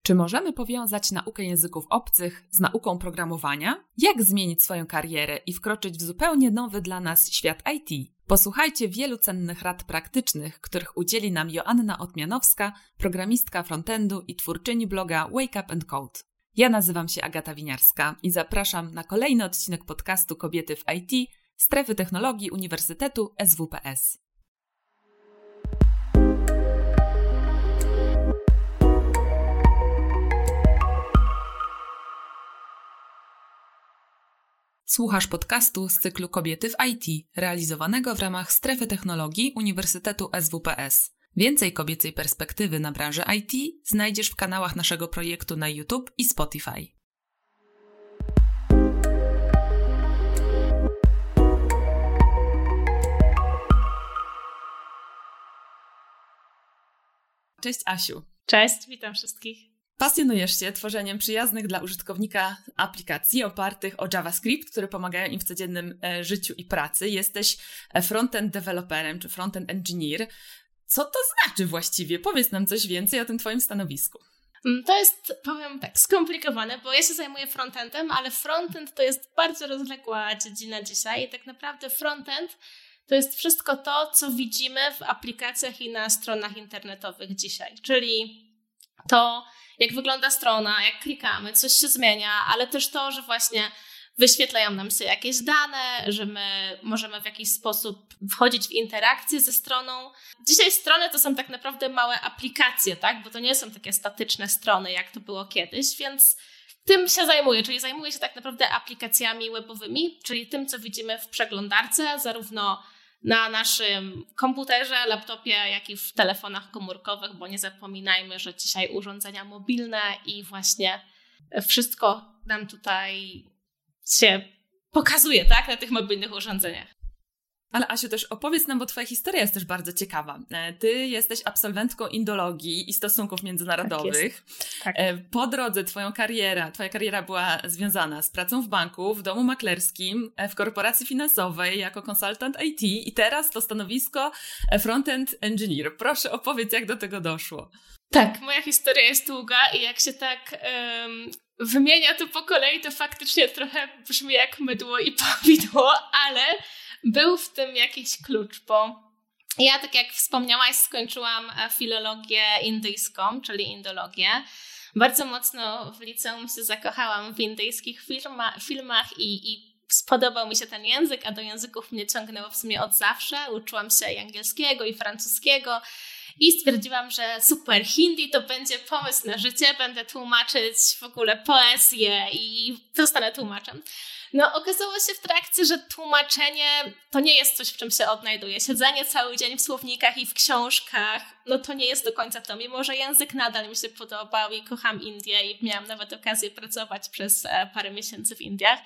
Czy możemy powiązać naukę języków obcych z nauką programowania? Jak zmienić swoją karierę i wkroczyć w zupełnie nowy dla nas świat IT? Posłuchajcie wielu cennych rad praktycznych, których udzieli nam Joanna Otmianowska, programistka frontendu i twórczyni bloga Wake Up & Code. Ja nazywam się Agata Winiarska i zapraszam na kolejny odcinek podcastu Kobiety w IT, Strefy Technologii Uniwersytetu SWPS. Słuchasz podcastu z cyklu Kobiety w IT, realizowanego w ramach Strefy Technologii Uniwersytetu SWPS. Więcej kobiecej perspektywy na branżę IT znajdziesz w kanałach naszego projektu na YouTube i Spotify. Cześć Asiu. Cześć, witam wszystkich. Pasjonujesz się tworzeniem przyjaznych dla użytkownika aplikacji opartych o JavaScript, które pomagają im w codziennym życiu i pracy. Jesteś front-end developerem czy front-end engineer. Co to znaczy właściwie? Powiedz nam coś więcej o tym twoim stanowisku. To jest, powiem tak, skomplikowane, bo ja się zajmuję frontendem, ale frontend to jest bardzo rozległa dziedzina dzisiaj i tak naprawdę frontend to jest wszystko to, co widzimy w aplikacjach i na stronach internetowych dzisiaj, czyli to, jak wygląda strona, jak klikamy, coś się zmienia, ale też to, że właśnie wyświetlają nam się jakieś dane, że my możemy w jakiś sposób wchodzić w interakcję ze stroną. Dzisiaj strony to są tak naprawdę małe aplikacje, tak? Bo to nie są takie statyczne strony, jak to było kiedyś, więc tym się zajmuję, czyli zajmuję się tak naprawdę aplikacjami webowymi, czyli tym, co widzimy w przeglądarce, zarówno na naszym komputerze, laptopie, jak i w telefonach komórkowych, bo nie zapominajmy, że dzisiaj urządzenia mobilne i właśnie wszystko nam tutaj się pokazuje, tak, na tych mobilnych urządzeniach. Ale Asiu, też opowiedz nam, bo twoja historia jest też bardzo ciekawa. Ty jesteś absolwentką indologii i stosunków międzynarodowych. Tak. Po drodze twoja kariera była związana z pracą w banku, w domu maklerskim, w korporacji finansowej jako konsultant IT i teraz to stanowisko front-end engineer. Proszę opowiedz, jak do tego doszło. Tak, moja historia jest długa i jak się tak wymienia to po kolei, to faktycznie trochę brzmi jak mydło i powidło, ale był w tym jakiś klucz, bo ja, tak jak wspomniałaś, skończyłam filologię indyjską, czyli indologię. Bardzo mocno w liceum się zakochałam w indyjskich filmach i spodobał mi się ten język, a do języków mnie ciągnęło w sumie od zawsze. Uczyłam się i angielskiego, i francuskiego i stwierdziłam, że super, hindi to będzie pomysł na życie, będę tłumaczyć w ogóle poezję i zostanę tłumaczem. No, okazało się w trakcie, że tłumaczenie to nie jest coś, w czym się odnajduję. Siedzenie cały dzień w słownikach i w książkach, no to nie jest do końca to, mimo że język nadal mi się podobał i kocham Indię i miałam nawet okazję pracować przez parę miesięcy w Indiach.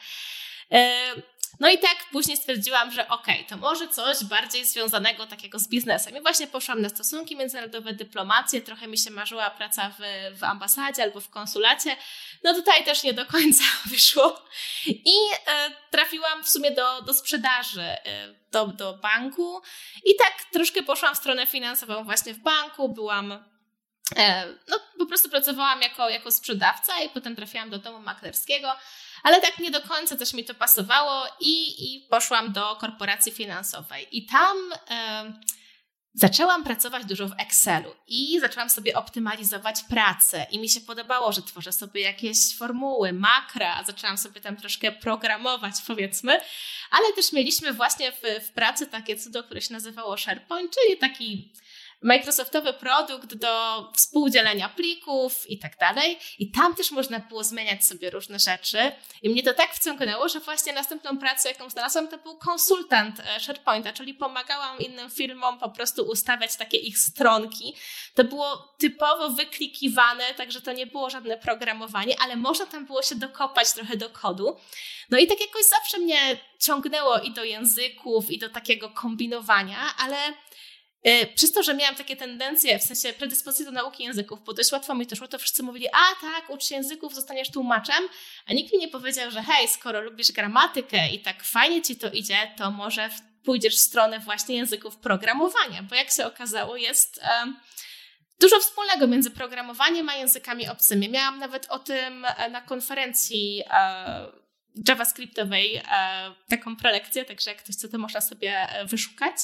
No i tak później stwierdziłam, że okej, to może coś bardziej związanego takiego z biznesem. I właśnie poszłam na stosunki międzynarodowe, dyplomację, trochę mi się marzyła praca w ambasadzie albo w konsulacie. No tutaj też nie do końca wyszło. I trafiłam w sumie do sprzedaży, do banku i tak troszkę poszłam w stronę finansową właśnie w banku, po prostu pracowałam jako sprzedawca i potem trafiłam do domu maklerskiego. Ale tak nie do końca też mi to pasowało i poszłam do korporacji finansowej. I tam zaczęłam pracować dużo w Excelu i zaczęłam sobie optymalizować pracę. I mi się podobało, że tworzę sobie jakieś formuły, makra, zaczęłam sobie tam troszkę programować, powiedzmy. Ale też mieliśmy właśnie w pracy takie cudo, które się nazywało SharePoint, czyli taki Microsoftowy produkt do współdzielenia plików i tak dalej. I tam też można było zmieniać sobie różne rzeczy. I mnie to tak wciągnęło, że właśnie następną pracę, jaką znalazłam, to był konsultant SharePointa, czyli pomagałam innym firmom po prostu ustawiać takie ich stronki. To było typowo wyklikiwane, także to nie było żadne programowanie, ale można tam było się dokopać trochę do kodu. No i tak jakoś zawsze mnie ciągnęło i do języków, i do takiego kombinowania, ale przez to, że miałam takie tendencje, w sensie predyspozycje do nauki języków, bo dość łatwo mi to szło, to wszyscy mówili, a tak, ucz się języków, zostaniesz tłumaczem, a nikt mi nie powiedział, że hej, skoro lubisz gramatykę i tak fajnie ci to idzie, to może pójdziesz w stronę właśnie języków programowania, bo jak się okazało, jest dużo wspólnego między programowaniem a językami obcymi. Miałam nawet o tym na konferencji javascriptowej taką prelekcję, także jak ktoś chce, to można sobie wyszukać.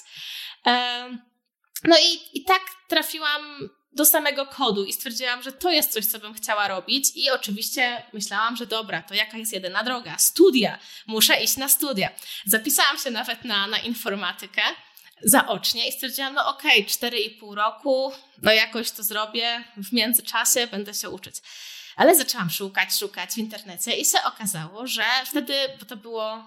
No i tak trafiłam do samego kodu i stwierdziłam, że to jest coś, co bym chciała robić i oczywiście myślałam, że dobra, to jaka jest jedyna droga? Studia. Muszę iść na studia. Zapisałam się nawet na informatykę zaocznie i stwierdziłam, no okej, 4,5 roku, no jakoś to zrobię, w międzyczasie będę się uczyć. Ale zaczęłam szukać w internecie i się okazało, że wtedy, bo to było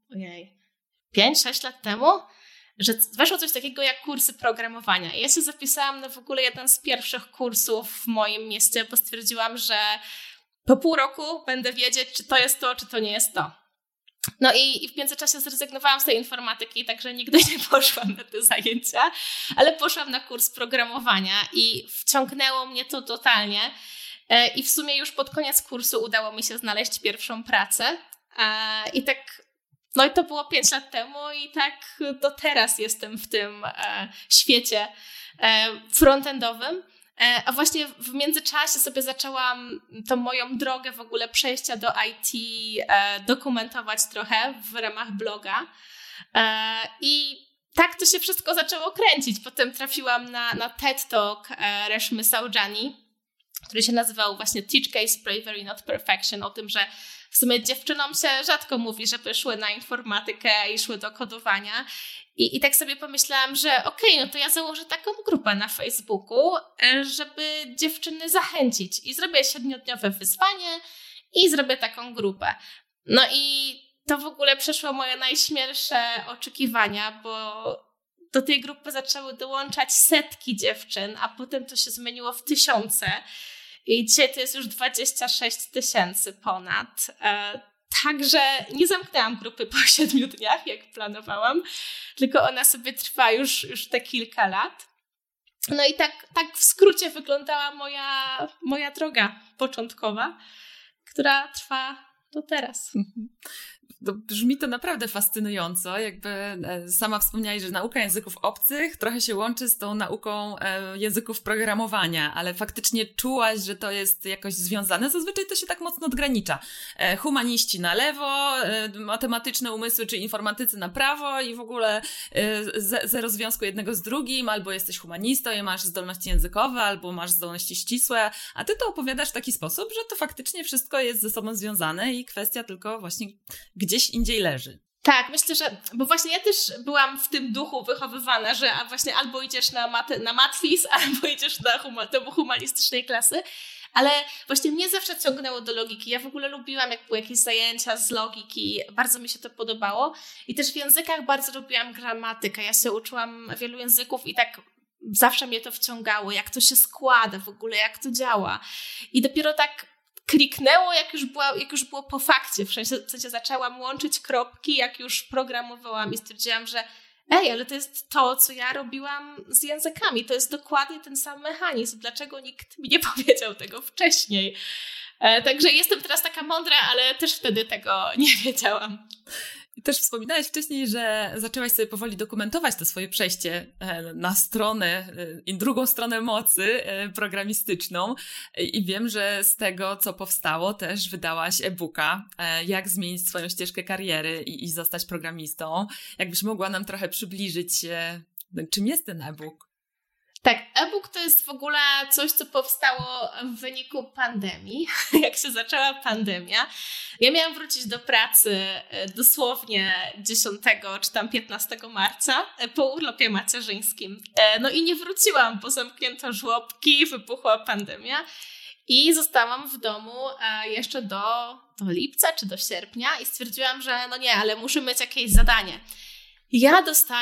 5-6 lat temu, że weszło coś takiego jak kursy programowania. I ja się zapisałam na w ogóle jeden z pierwszych kursów w moim mieście, bo stwierdziłam, że po pół roku będę wiedzieć, czy to jest to, czy to nie jest to. No i w międzyczasie zrezygnowałam z tej informatyki, także nigdy nie poszłam na te zajęcia, ale poszłam na kurs programowania i wciągnęło mnie to totalnie. I w sumie już pod koniec kursu udało mi się znaleźć pierwszą pracę. I tak, no i to było 5 lat temu i tak do teraz jestem w tym świecie frontendowym. A właśnie w międzyczasie sobie zaczęłam tą moją drogę w ogóle przejścia do IT dokumentować trochę w ramach bloga. I tak to się wszystko zaczęło kręcić. Potem trafiłam na TED Talk Reshmy Saujani, który się nazywał właśnie Teach Case Bravery Not Perfection, o tym, że w sumie dziewczynom się rzadko mówi, żeby szły na informatykę i szły do kodowania. I tak sobie pomyślałam, że okej, no to ja założę taką grupę na Facebooku, żeby dziewczyny zachęcić. I zrobię 7-dniowe wyzwanie i zrobię taką grupę. No i to w ogóle przeszło moje najśmielsze oczekiwania, bo do tej grupy zaczęły dołączać setki dziewczyn, a potem to się zmieniło w tysiące. I dzisiaj to jest już 26 000 ponad. Także nie zamknęłam grupy po 7 dniach, jak planowałam, tylko ona sobie trwa już te kilka lat. No i tak w skrócie wyglądała moja droga początkowa, która trwa do teraz. Brzmi to naprawdę fascynująco, jakby sama wspomniałaś, że nauka języków obcych trochę się łączy z tą nauką języków programowania, ale faktycznie czułaś, że to jest jakoś związane. Zazwyczaj to się tak mocno odgranicza. Humaniści na lewo, matematyczne umysły czy informatycy na prawo i w ogóle zero związku jednego z drugim, albo jesteś humanistą i masz zdolności językowe, albo masz zdolności ścisłe, a ty to opowiadasz w taki sposób, że to faktycznie wszystko jest ze sobą związane i kwestia tylko właśnie gdzieś indziej leży. Tak, myślę, że, bo właśnie ja też byłam w tym duchu wychowywana, że właśnie albo idziesz na matfiz, albo idziesz do humanistycznej klasy, ale właśnie mnie zawsze ciągnęło do logiki. Ja w ogóle lubiłam, jak były jakieś zajęcia z logiki, bardzo mi się to podobało i też w językach bardzo lubiłam gramatykę. Ja się uczyłam wielu języków i tak zawsze mnie to wciągało, jak to się składa w ogóle, jak to działa. I dopiero tak kliknęło, jak już było po fakcie. W sensie zaczęłam łączyć kropki, jak już programowałam i stwierdziłam, że ale to jest to, co ja robiłam z językami. To jest dokładnie ten sam mechanizm. Dlaczego nikt mi nie powiedział tego wcześniej? Także jestem teraz taka mądra, ale też wtedy tego nie wiedziałam. I też wspominałaś wcześniej, że zaczęłaś sobie powoli dokumentować to swoje przejście na stronę, drugą stronę mocy programistyczną i wiem, że z tego, co powstało, też wydałaś e-booka, jak zmienić swoją ścieżkę kariery i zostać programistą. Jakbyś mogła nam trochę przybliżyć, czym jest ten e-book? Tak, e-book to jest w ogóle coś, co powstało w wyniku pandemii, jak się zaczęła pandemia. Ja miałam wrócić do pracy dosłownie 10 czy tam 15 marca po urlopie macierzyńskim. No i nie wróciłam, bo zamknięto żłobki, wybuchła pandemia i zostałam w domu jeszcze do lipca czy do sierpnia i stwierdziłam, że no nie, ale muszę mieć jakieś zadanie. Ja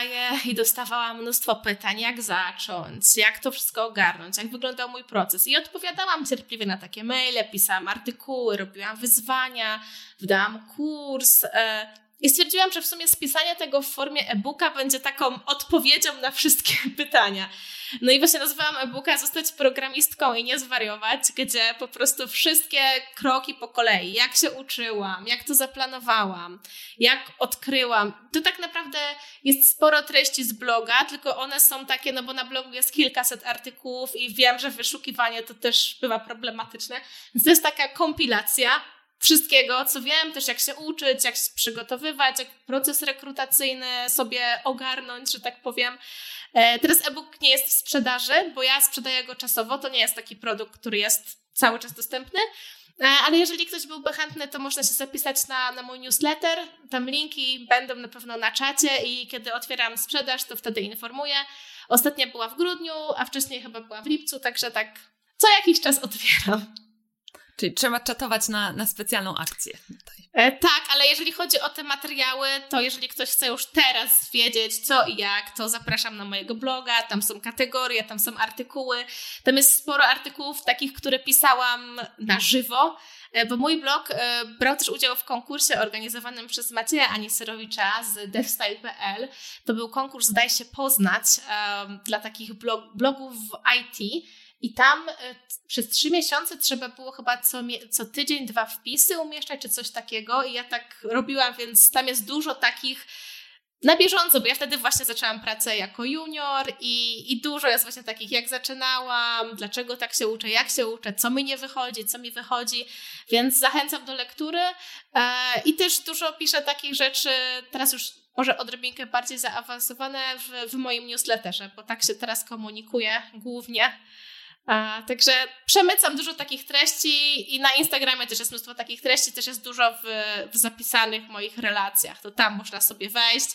dostawałam mnóstwo pytań, jak zacząć, jak to wszystko ogarnąć, jak wyglądał mój proces. I odpowiadałam cierpliwie na takie maile, pisałam artykuły, robiłam wyzwania, wydałam kurs. I stwierdziłam, że w sumie spisanie tego w formie e-booka będzie taką odpowiedzią na wszystkie pytania. No i właśnie nazwałam e-booka Zostać programistką i nie zwariować, gdzie po prostu wszystkie kroki po kolei, jak się uczyłam, jak to zaplanowałam, jak odkryłam. To tak naprawdę jest sporo treści z bloga, tylko one są takie, no bo na blogu jest kilkaset artykułów i wiem, że wyszukiwanie to też bywa problematyczne. Więc to jest taka kompilacja wszystkiego, co wiem, też jak się uczyć, jak się przygotowywać, jak proces rekrutacyjny sobie ogarnąć, że tak powiem. Teraz e-book nie jest w sprzedaży, bo ja sprzedaję go czasowo, to nie jest taki produkt, który jest cały czas dostępny, ale jeżeli ktoś byłby chętny, to można się zapisać na mój newsletter, tam linki będą na pewno na czacie i kiedy otwieram sprzedaż, to wtedy informuję. Ostatnia była w grudniu, a wcześniej chyba była w lipcu, także tak co jakiś czas otwieram. Czyli trzeba czatować na specjalną akcję tutaj. Tak, ale jeżeli chodzi o te materiały, to jeżeli ktoś chce już teraz wiedzieć co i jak, to zapraszam na mojego bloga, tam są kategorie, tam są artykuły, tam jest sporo artykułów takich, które pisałam na żywo, bo mój blog brał też udział w konkursie organizowanym przez Macieja Anisyrowicza z devstyle.pl. To był konkurs Daj się poznać dla takich blogów w IT. I tam przez 3 miesiące trzeba było chyba co tydzień 2 wpisy umieszczać, czy coś takiego. I ja tak robiłam, więc tam jest dużo takich na bieżąco, bo ja wtedy właśnie zaczęłam pracę jako junior i dużo jest właśnie takich, jak zaczynałam, dlaczego tak się uczę, jak się uczę, co mi nie wychodzi, co mi wychodzi. Więc zachęcam do lektury i też dużo piszę takich rzeczy, teraz już może odrobinkę bardziej zaawansowane w moim newsletterze, bo tak się teraz komunikuję głównie. Także przemycam dużo takich treści i na Instagramie też jest mnóstwo takich treści, też jest dużo w zapisanych moich relacjach, to tam można sobie wejść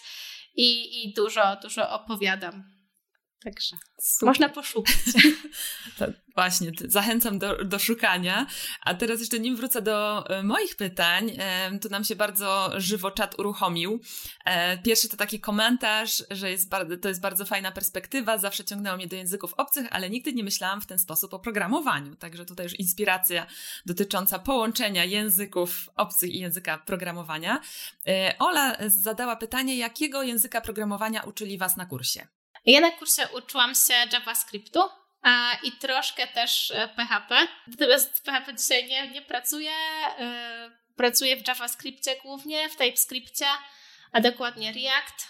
i dużo opowiadam. Także super. Można poszukać. To właśnie, zachęcam do szukania. A teraz jeszcze nim wrócę do moich pytań, tu nam się bardzo żywo czat uruchomił. Pierwszy to taki komentarz, że to jest bardzo fajna perspektywa, zawsze ciągnęło mnie do języków obcych, ale nigdy nie myślałam w ten sposób o programowaniu. Także tutaj już inspiracja dotycząca połączenia języków obcych i języka programowania. Ola zadała pytanie, jakiego języka programowania uczyli Was na kursie? Ja na kursie uczyłam się JavaScriptu i troszkę też PHP. Natomiast PHP dzisiaj nie pracuję. Pracuję w JavaScripcie głównie, w TypeScripcie, a dokładnie React.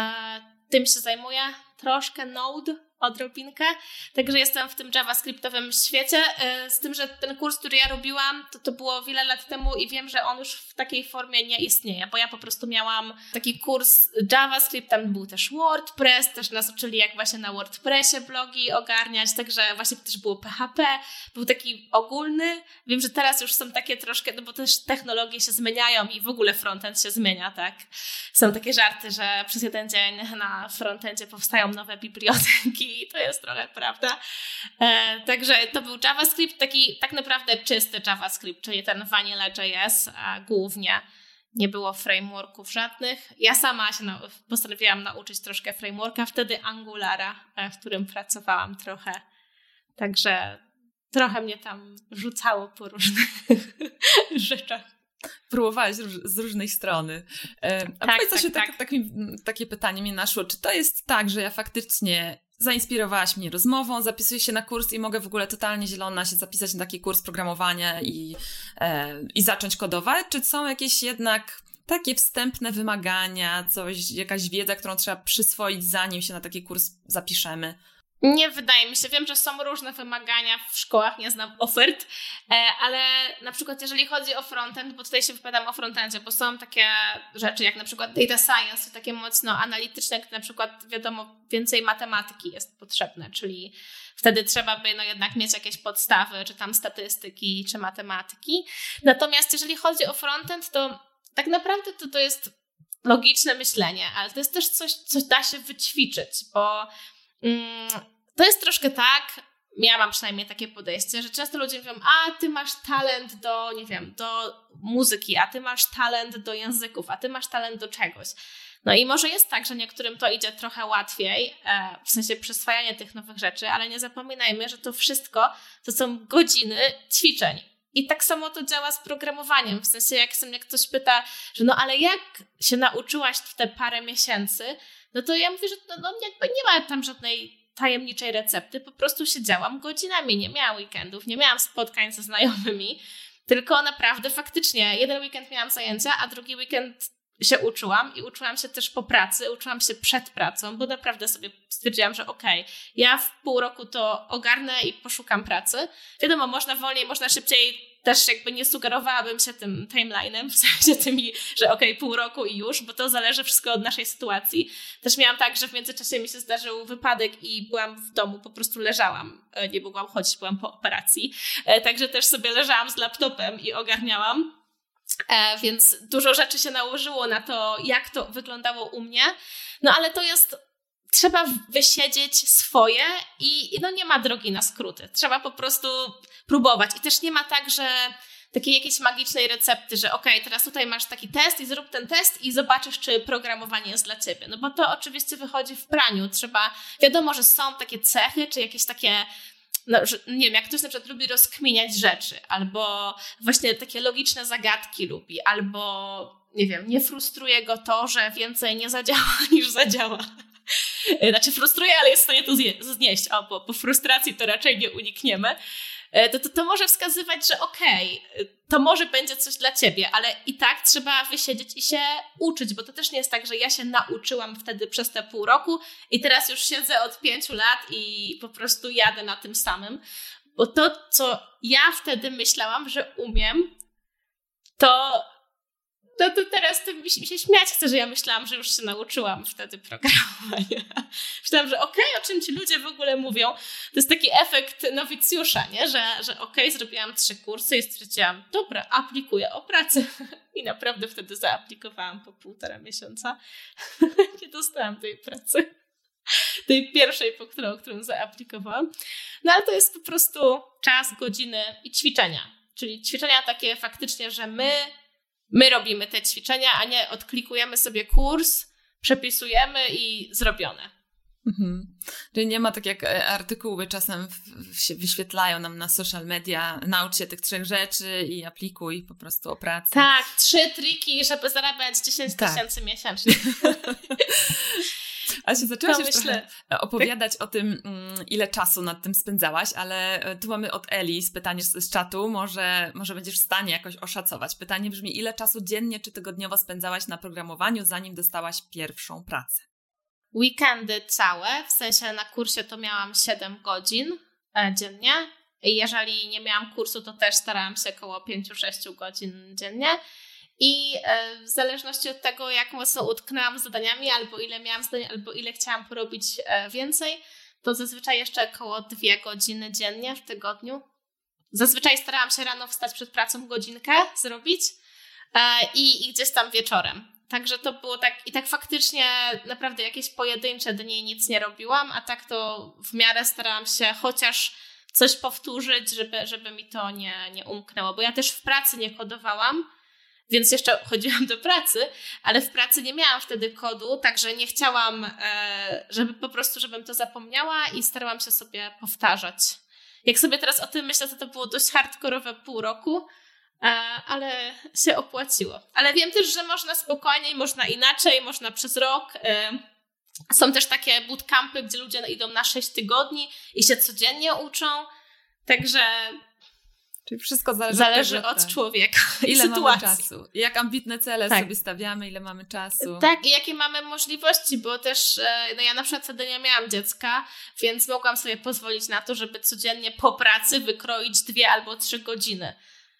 Tym się zajmuję. Troszkę Node, odrobinkę. Także jestem w tym JavaScriptowym świecie. Z tym, że ten kurs, który ja robiłam, to było wiele lat temu i wiem, że on już w takiej formie nie istnieje, bo ja po prostu miałam taki kurs JavaScript, tam był też WordPress, też nas uczyli jak właśnie na WordPressie blogi ogarniać, także właśnie też było PHP, był taki ogólny. Wiem, że teraz już są takie troszkę, no bo też technologie się zmieniają i w ogóle frontend się zmienia, tak? Są takie żarty, że przez jeden dzień na frontendzie powstają nowe biblioteki i to jest trochę prawda. Także to był JavaScript, taki tak naprawdę czysty JavaScript, czyli ten Vanilla.js głównie. Nie było frameworków żadnych. Ja sama się postanowiłam nauczyć troszkę frameworka, wtedy Angulara, w którym pracowałam trochę. Także trochę mnie tam rzucało po różnych rzeczach. Próbowałaś z różnej strony. Takie pytanie mi naszło. Czy to jest tak, że ja faktycznie zainspirowałaś mnie rozmową, zapisuję się na kurs i mogę w ogóle totalnie zielona się zapisać na taki kurs programowania i zacząć kodować? Czy są jakieś jednak takie wstępne wymagania, jakaś wiedza, którą trzeba przyswoić, zanim się na taki kurs zapiszemy? Nie wydaje mi się. Wiem, że są różne wymagania w szkołach, nie znam ofert, ale na przykład jeżeli chodzi o frontend, bo tutaj się wypowiadam o frontendzie, bo są takie rzeczy jak na przykład data science, takie mocno analityczne, jak na przykład wiadomo więcej matematyki jest potrzebne, czyli wtedy trzeba by jednak mieć jakieś podstawy, czy tam statystyki, czy matematyki. Natomiast jeżeli chodzi o frontend, to tak naprawdę to jest logiczne myślenie, ale to jest też coś, co da się wyćwiczyć, bo to jest troszkę tak, ja mam przynajmniej takie podejście, że często ludzie mówią, a ty masz talent do, nie wiem, do muzyki, a ty masz talent do języków, a ty masz talent do czegoś. No i może jest tak, że niektórym to idzie trochę łatwiej, w sensie przyswajanie tych nowych rzeczy, ale nie zapominajmy, że to wszystko to są godziny ćwiczeń. I tak samo to działa z programowaniem. W sensie, jak mnie ktoś pyta, że no ale jak się nauczyłaś w te parę miesięcy, no to ja mówię, że no jakby nie ma tam żadnej tajemniczej recepty. Po prostu siedziałam godzinami, nie miałam weekendów, nie miałam spotkań ze znajomymi, tylko naprawdę faktycznie jeden weekend miałam zajęcia, a drugi weekend się uczyłam i uczyłam się też po pracy, uczyłam się przed pracą, bo naprawdę sobie stwierdziłam, że ja w pół roku to ogarnę i poszukam pracy. Wiadomo, można wolniej, można szybciej, też jakby nie sugerowałabym się tym timeline'em, w sensie tymi, że pół roku i już, bo to zależy wszystko od naszej sytuacji. Też miałam tak, że w międzyczasie mi się zdarzył wypadek i byłam w domu, po prostu leżałam, nie mogłam chodzić, byłam po operacji, także też sobie leżałam z laptopem i ogarniałam. Więc dużo rzeczy się nałożyło na to, jak to wyglądało u mnie. No ale to jest, trzeba wysiedzieć swoje i no nie ma drogi na skróty. Trzeba po prostu próbować. I też nie ma tak, że takiej jakiejś magicznej recepty, że teraz tutaj masz taki test i zrób ten test i zobaczysz, czy programowanie jest dla ciebie. No bo to oczywiście wychodzi w praniu. Wiadomo, że są takie cechy, czy jakieś takie, no, że, nie wiem, jak ktoś na przykład lubi rozkminiać rzeczy, albo właśnie takie logiczne zagadki lubi, albo nie wiem, nie frustruje go to, że więcej nie zadziała niż zadziała. Znaczy frustruje, ale jest w stanie to znieść, bo po frustracji to raczej nie unikniemy. To może wskazywać, że to może będzie coś dla ciebie, ale i tak trzeba wysiedzieć i się uczyć, bo to też nie jest tak, że ja się nauczyłam wtedy przez te pół roku i teraz już siedzę od 5 lat i po prostu jadę na tym samym. Bo to, co ja wtedy myślałam, że umiem, to teraz mi się śmiać chce, że ja myślałam, że już się nauczyłam wtedy programowania. Myślałam, że o czym ci ludzie w ogóle mówią. To jest taki efekt nowicjusza, nie? Że zrobiłam 3 kursy i stwierdziłam, dobra, aplikuję o pracę. I naprawdę wtedy zaaplikowałam po 1,5 miesiąca. Nie dostałam tej pracy. Tej pierwszej, po którą zaaplikowałam. No ale to jest po prostu czas, godziny i ćwiczenia. Czyli ćwiczenia takie faktycznie, że my robimy te ćwiczenia, a nie odklikujemy sobie kurs, przepisujemy i zrobione. Czyli nie ma tak jak artykuły czasem się wyświetlają nam na social media, naucz się tych 3 rzeczy i aplikuj po prostu o pracę. Tak, 3 triki, żeby zarabiać 10 tysięcy miesięcznie. A się zaczęłaś już trochę opowiadać o tym, ile czasu nad tym spędzałaś, ale tu mamy od Eli pytanie z czatu, może będziesz w stanie jakoś oszacować. Pytanie brzmi, ile czasu dziennie czy tygodniowo spędzałaś na programowaniu, zanim dostałaś pierwszą pracę? Weekendy całe, w sensie na kursie to miałam 7 godzin dziennie. Jeżeli nie miałam kursu, to też starałam się około 5-6 godzin dziennie. I w zależności od tego, jak mocno utknęłam z zadaniami, albo ile miałam zadań, albo ile chciałam porobić więcej, to zazwyczaj jeszcze około 2 godziny dziennie w tygodniu. Zazwyczaj starałam się rano wstać przed pracą, godzinkę zrobić i gdzieś tam wieczorem. Także to było tak, i tak faktycznie naprawdę jakieś pojedyncze dni nic nie robiłam, a tak to w miarę starałam się chociaż coś powtórzyć, żeby mi to nie umknęło, bo ja też w pracy nie kodowałam, więc jeszcze chodziłam do pracy, ale w pracy nie miałam wtedy kodu, także nie chciałam, żebym to zapomniała i starałam się sobie powtarzać. Jak sobie teraz o tym myślę, to było dość hardkorowe pół roku, ale się opłaciło. Ale wiem też, że można spokojniej, można inaczej, można przez rok. Są też takie bootcampy, gdzie ludzie idą na 6 tygodni i się codziennie uczą, także czyli wszystko zależy od człowieka i ile sytuacji. Mamy czasu. Jak ambitne cele sobie stawiamy, ile mamy czasu. Tak, i jakie mamy możliwości, bo też ja na przykład wtedy nie miałam dziecka, więc mogłam sobie pozwolić na to, żeby codziennie po pracy wykroić 2 albo 3 godziny.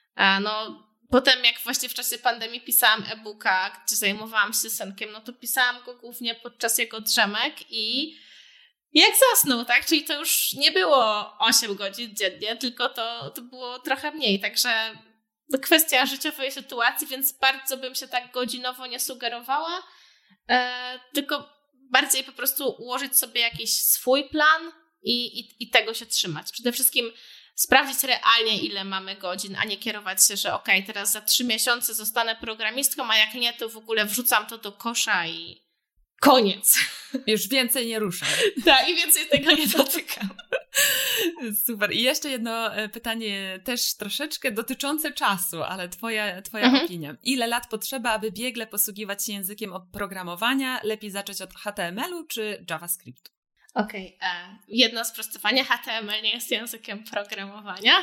Potem jak właśnie w czasie pandemii pisałam e-booka, gdzie zajmowałam się synkiem, no to pisałam go głównie podczas jego drzemek i jak zasnął, tak? Czyli to już nie było 8 godzin dziennie, tylko to było trochę mniej, także kwestia życiowej sytuacji, więc bardzo bym się tak godzinowo nie sugerowała, tylko bardziej po prostu ułożyć sobie jakiś swój plan i tego się trzymać. Przede wszystkim sprawdzić realnie, ile mamy godzin, a nie kierować się, że teraz za 3 miesiące zostanę programistką, a jak nie, to w ogóle wrzucam to do kosza i koniec. Już więcej nie ruszam. Tak, i więcej tego nie dotykam. Super. I jeszcze jedno pytanie też troszeczkę dotyczące czasu, ale twoja opinia. Ile lat potrzeba, aby biegle posługiwać się językiem oprogramowania? Lepiej zacząć od HTML-u czy JavaScriptu? Okej. Jedno sprostowanie. HTML nie jest językiem programowania.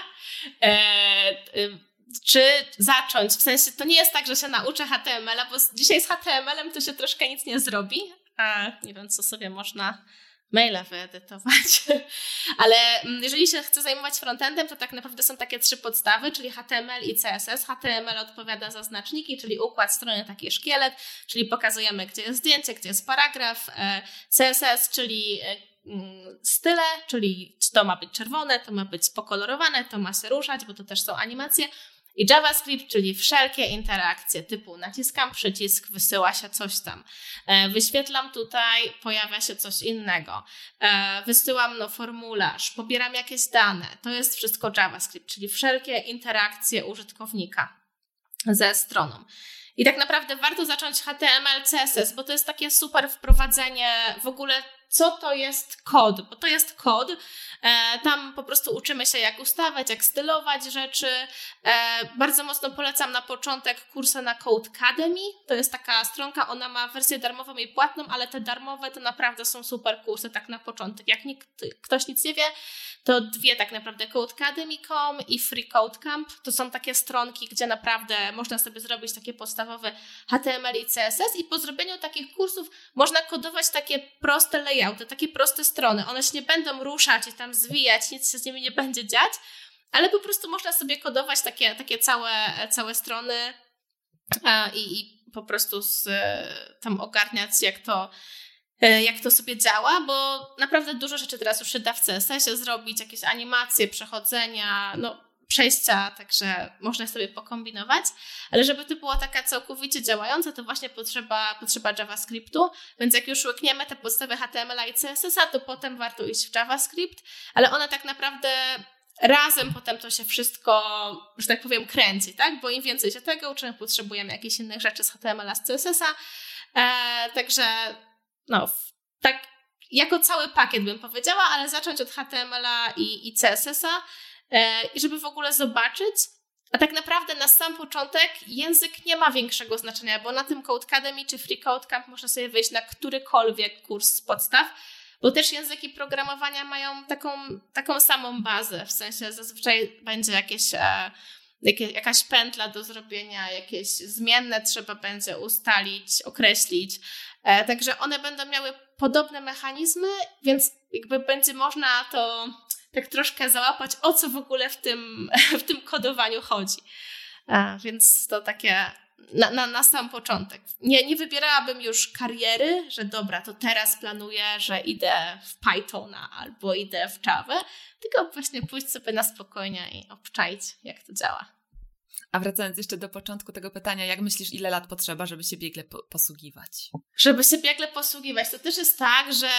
Czy zacząć? W sensie to nie jest tak, że się nauczę HTML-a, bo dzisiaj z HTML-em to się troszkę nic nie zrobi. Nie wiem, co sobie można maila wyedytować. Ale jeżeli się chce zajmować frontendem, to tak naprawdę są takie 3 podstawy, czyli HTML i CSS. HTML odpowiada za znaczniki, czyli układ strony, taki szkielet, czyli pokazujemy, gdzie jest zdjęcie, gdzie jest paragraf. CSS, czyli style, czyli to ma być czerwone, to ma być pokolorowane, to ma się ruszać, bo to też są animacje. I JavaScript, czyli wszelkie interakcje typu naciskam przycisk, wysyła się coś tam. Wyświetlam tutaj, pojawia się coś innego. Wysyłam formularz, pobieram jakieś dane. To jest wszystko JavaScript, czyli wszelkie interakcje użytkownika ze stroną. I tak naprawdę warto zacząć HTML, CSS, bo to jest takie super wprowadzenie w ogóle, co to jest kod, bo to jest kod. Tam po prostu uczymy się, jak ustawiać, jak stylować rzeczy. Bardzo mocno polecam na początek kursy na Codecademy. To jest taka stronka, ona ma wersję darmową i płatną, ale te darmowe to naprawdę są super kursy tak na początek. Jak ktoś nic nie wie, to 2 tak naprawdę, Codecademy.com i Free Code Camp. To są takie stronki, gdzie naprawdę można sobie zrobić takie podstawowe HTML i CSS i po zrobieniu takich kursów można kodować takie proste layouty, takie proste strony. One się nie będą ruszać i tam zwijać, nic się z nimi nie będzie dziać, ale po prostu można sobie kodować takie całe strony i po prostu tam ogarniać, jak to sobie działa, bo naprawdę dużo rzeczy teraz już się da w CSS-ie zrobić, jakieś animacje, przechodzenia, przejścia, także można sobie pokombinować, ale żeby to była taka całkowicie działająca, to właśnie potrzeba JavaScriptu, więc jak już łykniemy te podstawy HTML-a i CSS-a, to potem warto iść w JavaScript, ale one tak naprawdę razem potem to się wszystko, że tak powiem, kręci, tak? Bo im więcej się tego uczymy, potrzebujemy jakichś innych rzeczy z HTML-a, z CSS-a, także tak jako cały pakiet bym powiedziała, ale zacząć od HTML-a i CSS-a, i żeby w ogóle zobaczyć, a tak naprawdę na sam początek język nie ma większego znaczenia, bo na tym Codecademy czy Free Code Camp można sobie wejść na którykolwiek kurs z podstaw, bo też języki programowania mają taką samą bazę, w sensie zazwyczaj będzie jakaś pętla do zrobienia, jakieś zmienne trzeba będzie ustalić, określić, także one będą miały podobne mechanizmy, więc jakby będzie można to tak troszkę załapać, o co w ogóle w tym kodowaniu chodzi. Więc to takie na sam początek. Nie wybierałabym już kariery, że dobra, to teraz planuję, że idę w Pythona albo idę w Java, tylko właśnie pójść sobie na spokojnie i obczaić, jak to działa. A wracając jeszcze do początku tego pytania, jak myślisz, ile lat potrzeba, żeby się biegle posługiwać? Żeby się biegle posługiwać, to też jest tak, że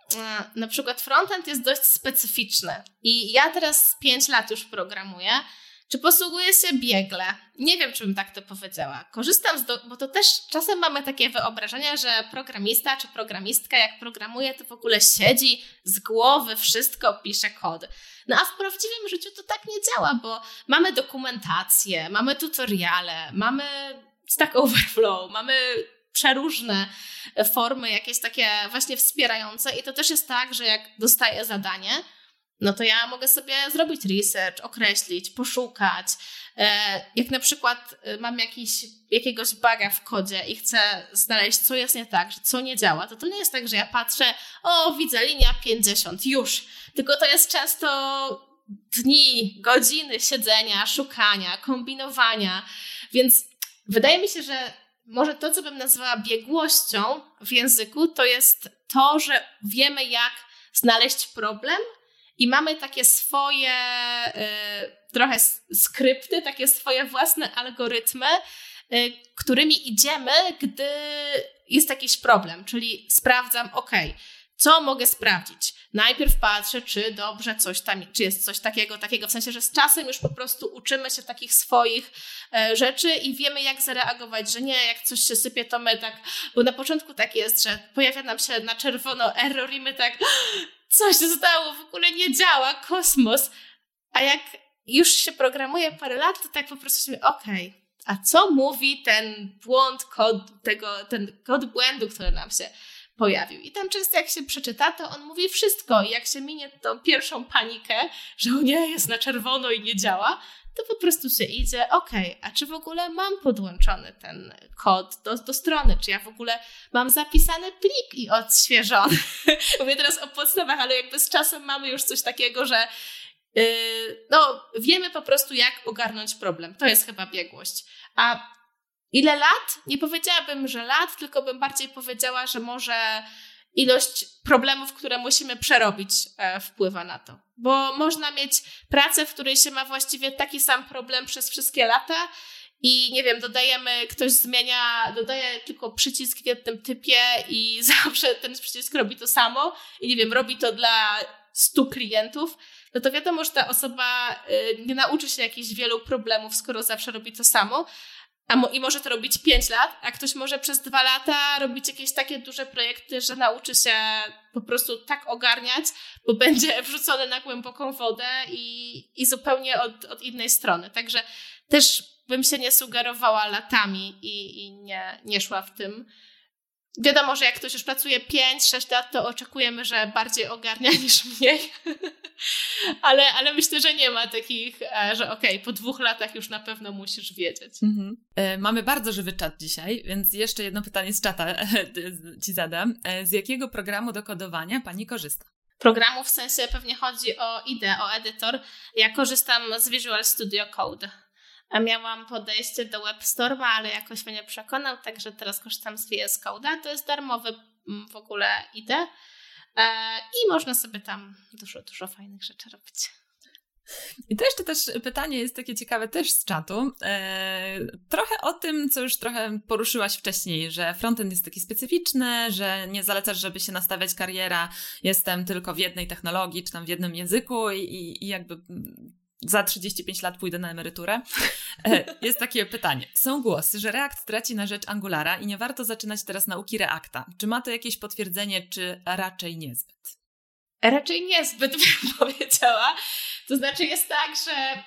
na przykład frontend jest dość specyficzny i ja teraz 5 lat już programuję. Czy posługuję się biegle? Nie wiem, czy bym tak to powiedziała. Korzystam bo to też czasem mamy takie wyobrażenia, że programista czy programistka jak programuje, to w ogóle siedzi z głowy, wszystko pisze kod. A w prawdziwym życiu to tak nie działa, bo mamy dokumentację, mamy tutoriale, mamy Stack Overflow, mamy przeróżne formy jakieś takie właśnie wspierające i to też jest tak, że jak dostaję zadanie, to ja mogę sobie zrobić research, określić, poszukać. Jak na przykład mam jakiegoś buga w kodzie i chcę znaleźć, co jest nie tak, że co nie działa, to nie jest tak, że ja patrzę, widzę linia 50, już. Tylko to jest często dni, godziny siedzenia, szukania, kombinowania. Więc wydaje mi się, że może to, co bym nazwała biegłością w języku, to jest to, że wiemy, jak znaleźć problem i mamy takie swoje trochę skrypty, takie swoje własne algorytmy, którymi idziemy, gdy jest jakiś problem. Czyli sprawdzam, co mogę sprawdzić? Najpierw patrzę, czy dobrze coś tam, czy jest coś takiego, w sensie, że z czasem już po prostu uczymy się takich swoich rzeczy i wiemy, jak zareagować, że nie, jak coś się sypie, to my tak, bo na początku tak jest, że pojawia nam się na czerwono error i my tak, coś się stało, w ogóle nie działa, kosmos. A jak już się programuje parę lat, to tak po prostu się okej, a co mówi ten błąd ten kod błędu, który nam się pojawił. I tam często jak się przeczyta, to on mówi wszystko. I jak się minie tą pierwszą panikę, że o nie, jest na czerwono i nie działa, to po prostu się idzie, a czy w ogóle mam podłączony ten kod do strony, czy ja w ogóle mam zapisany plik i odświeżony. Mówię teraz o podstawach, ale jakby z czasem mamy już coś takiego, że wiemy po prostu, jak ogarnąć problem. To jest chyba biegłość. A ile lat? Nie powiedziałabym, że lat, tylko bym bardziej powiedziała, że może ilość problemów, które musimy przerobić, wpływa na to. Bo można mieć pracę, w której się ma właściwie taki sam problem przez wszystkie lata i nie wiem, ktoś dodaje tylko przycisk w jednym typie i zawsze ten przycisk robi to samo i nie wiem, robi to dla 100 klientów, no to wiadomo, że ta osoba nie nauczy się jakichś wielu problemów, skoro zawsze robi to samo. I może to robić 5 lat, a ktoś może przez 2 lata robić jakieś takie duże projekty, że nauczy się po prostu tak ogarniać, bo będzie wrzucony na głęboką wodę i zupełnie od innej strony. Także też bym się nie sugerowała latami i nie szła w tym. Wiadomo, że jak ktoś już pracuje 5-6 lat, to oczekujemy, że bardziej ogarnia niż mniej. ale myślę, że nie ma takich, że po 2 latach już na pewno musisz wiedzieć. Mamy bardzo żywy czat dzisiaj, więc jeszcze jedno pytanie z czata ci zadam. Z jakiego programu do kodowania pani korzysta? Programu w sensie pewnie chodzi o IDE, o edytor. Ja korzystam z Visual Studio Code. Miałam podejście do WebStorma, ale jakoś mnie nie przekonał, także teraz korzystam z VS Code'a. To jest darmowy w ogóle IDE i można sobie tam dużo fajnych rzeczy robić. I to jeszcze też pytanie jest takie ciekawe też z czatu. Trochę o tym, co już trochę poruszyłaś wcześniej, że frontend jest taki specyficzny, że nie zalecasz, żeby się nastawiać kariera, jestem tylko w jednej technologii, czy tam w jednym języku i jakby za 35 lat pójdę na emeryturę. Jest takie pytanie. Są głosy, że React traci na rzecz Angulara i nie warto zaczynać teraz nauki Reacta. Czy ma to jakieś potwierdzenie, czy raczej niezbyt? Raczej niezbyt, bym powiedziała. To znaczy jest tak, że...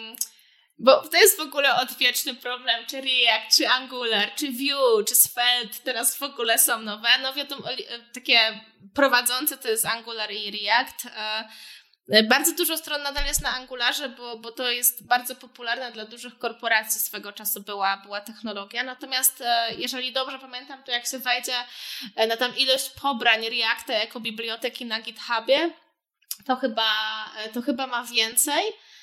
Bo to jest w ogóle odwieczny problem, czy React, czy Angular, czy Vue, czy Svelte, teraz w ogóle są nowe. No wiadomo, takie prowadzące to jest Angular i React. Bardzo dużo stron nadal jest na Angularze, bo to jest bardzo popularna dla dużych korporacji, swego czasu była technologia. Natomiast jeżeli dobrze pamiętam, to jak się wejdzie na tam ilość pobrań Reacta jako biblioteki na GitHubie, to chyba ma więcej.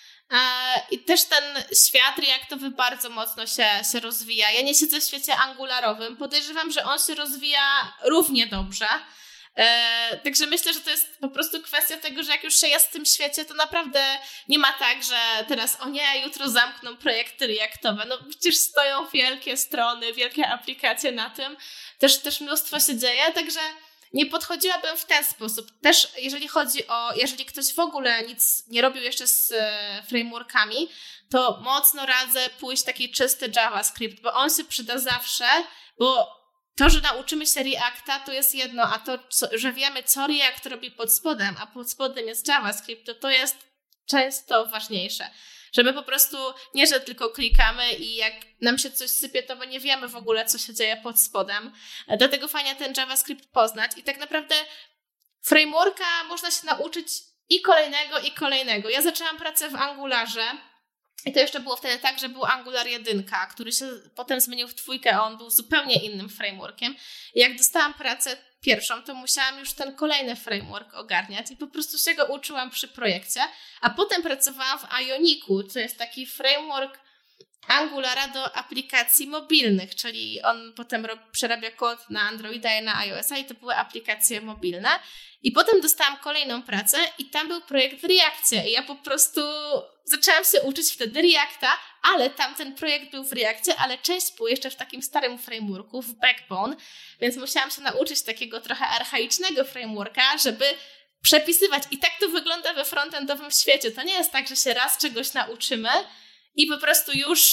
I też ten świat reaktowy bardzo mocno się rozwija. Ja nie siedzę w świecie angularowym. Podejrzewam, że on się rozwija równie dobrze. Także myślę, że to jest po prostu kwestia tego, że jak już się jest w tym świecie, to naprawdę nie ma tak, że teraz jutro zamkną projekty reaktowe. No przecież stoją wielkie strony, wielkie aplikacje na tym. Też mnóstwo się dzieje, także nie podchodziłabym w ten sposób. Też jeżeli ktoś w ogóle nic nie robił jeszcze z frameworkami, to mocno radzę pójść taki czysty JavaScript, bo on się przyda zawsze, bo to, że nauczymy się Reacta, to jest jedno, a to, że wiemy, co React robi pod spodem, a pod spodem jest JavaScript, to jest często ważniejsze. Że my po prostu nie, że tylko klikamy i jak nam się coś sypie, to my nie wiemy w ogóle, co się dzieje pod spodem. Dlatego fajnie ten JavaScript poznać. I tak naprawdę frameworka można się nauczyć i kolejnego. Ja zaczęłam pracę w Angularze i to jeszcze było wtedy tak, że był Angular 1, który się potem zmienił w 2, a on był zupełnie innym frameworkiem. I jak dostałam pracę pierwszą, to musiałam już ten kolejny framework ogarniać i po prostu się go uczyłam przy projekcie, a potem pracowałam w Ioniku, co jest taki framework Angulara do aplikacji mobilnych, czyli on potem przerabia kod na Androida i na iOS-a i to były aplikacje mobilne. I potem dostałam kolejną pracę i tam był projekt w Reakcie i ja po prostu zaczęłam się uczyć wtedy Reacta, ale tamten projekt był w Reakcie, ale część był jeszcze w takim starym frameworku, w Backbone, więc musiałam się nauczyć takiego trochę archaicznego frameworka, żeby przepisywać. I tak to wygląda we frontendowym świecie. To nie jest tak, że się raz czegoś nauczymy i po prostu już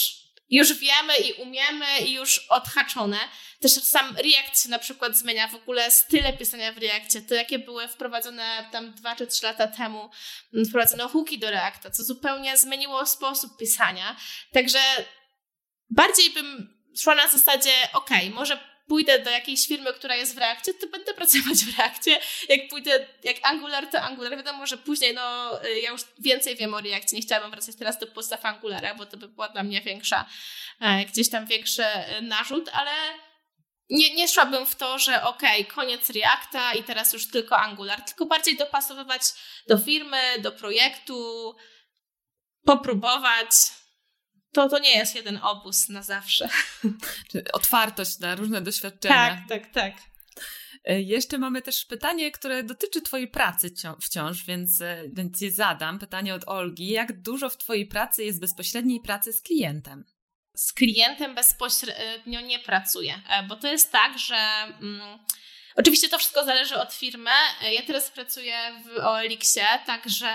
już wiemy i umiemy i już odhaczone. Też sam React się na przykład zmienia, w ogóle style pisania w Reactie, to jakie były wprowadzone tam 2 czy 3 lata temu, wprowadzono hooki do Reacta, co zupełnie zmieniło sposób pisania. Także bardziej bym szła na zasadzie, może pójdę do jakiejś firmy, która jest w Reactie, to będę pracować w Reactie. Jak pójdę, jak Angular, to Angular. Wiadomo, że później, ja już więcej wiem o Reactie. Nie chciałabym wracać teraz do podstaw Angulara, bo to by była dla mnie gdzieś tam większy narzut, ale nie szłabym w to, że koniec Reacta i teraz już tylko Angular, tylko bardziej dopasowywać do firmy, do projektu, popróbować. To nie jest jeden obóz na zawsze. Otwartość na różne doświadczenia. Tak. Jeszcze mamy też pytanie, które dotyczy twojej pracy wciąż, więc je zadam. Pytanie od Olgi. Jak dużo w twojej pracy jest bezpośredniej pracy z klientem? Z klientem bezpośrednio nie pracuję, bo to jest tak, że oczywiście to wszystko zależy od firmy. Ja teraz pracuję w OLX-ie, także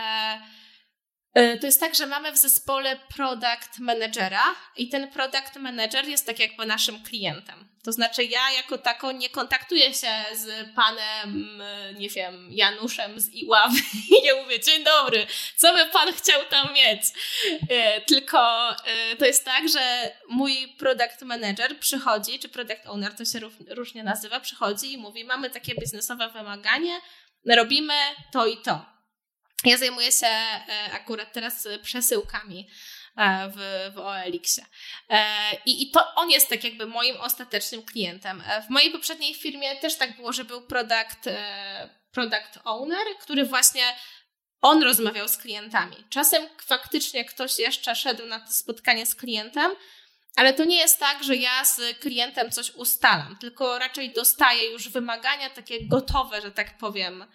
to jest tak, że mamy w zespole product managera i ten product manager jest tak jakby naszym klientem. To znaczy ja jako tako nie kontaktuję się z panem, nie wiem, Januszem z Iławy i nie mówię, dzień dobry, co by pan chciał tam mieć? Tylko to jest tak, że mój product manager przychodzi, czy product owner, to się różnie nazywa, przychodzi i mówi, mamy takie biznesowe wymaganie, robimy to i to. Ja zajmuję się akurat teraz przesyłkami w OLX-ie. I to on jest tak jakby moim ostatecznym klientem. W mojej poprzedniej firmie też tak było, że był product owner, który właśnie on rozmawiał z klientami. Czasem faktycznie ktoś jeszcze szedł na to spotkanie z klientem, ale to nie jest tak, że ja z klientem coś ustalam, tylko raczej dostaję już wymagania takie gotowe, że tak powiem,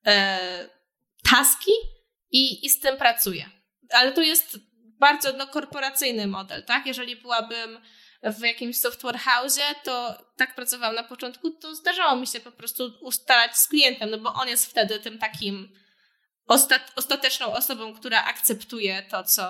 taski i z tym pracuję. Ale to jest bardzo korporacyjny model, tak? Jeżeli byłabym w jakimś software house'ie, to tak pracowałam na początku, to zdarzało mi się po prostu ustalać z klientem, bo on jest wtedy tym takim ostateczną osobą, która akceptuje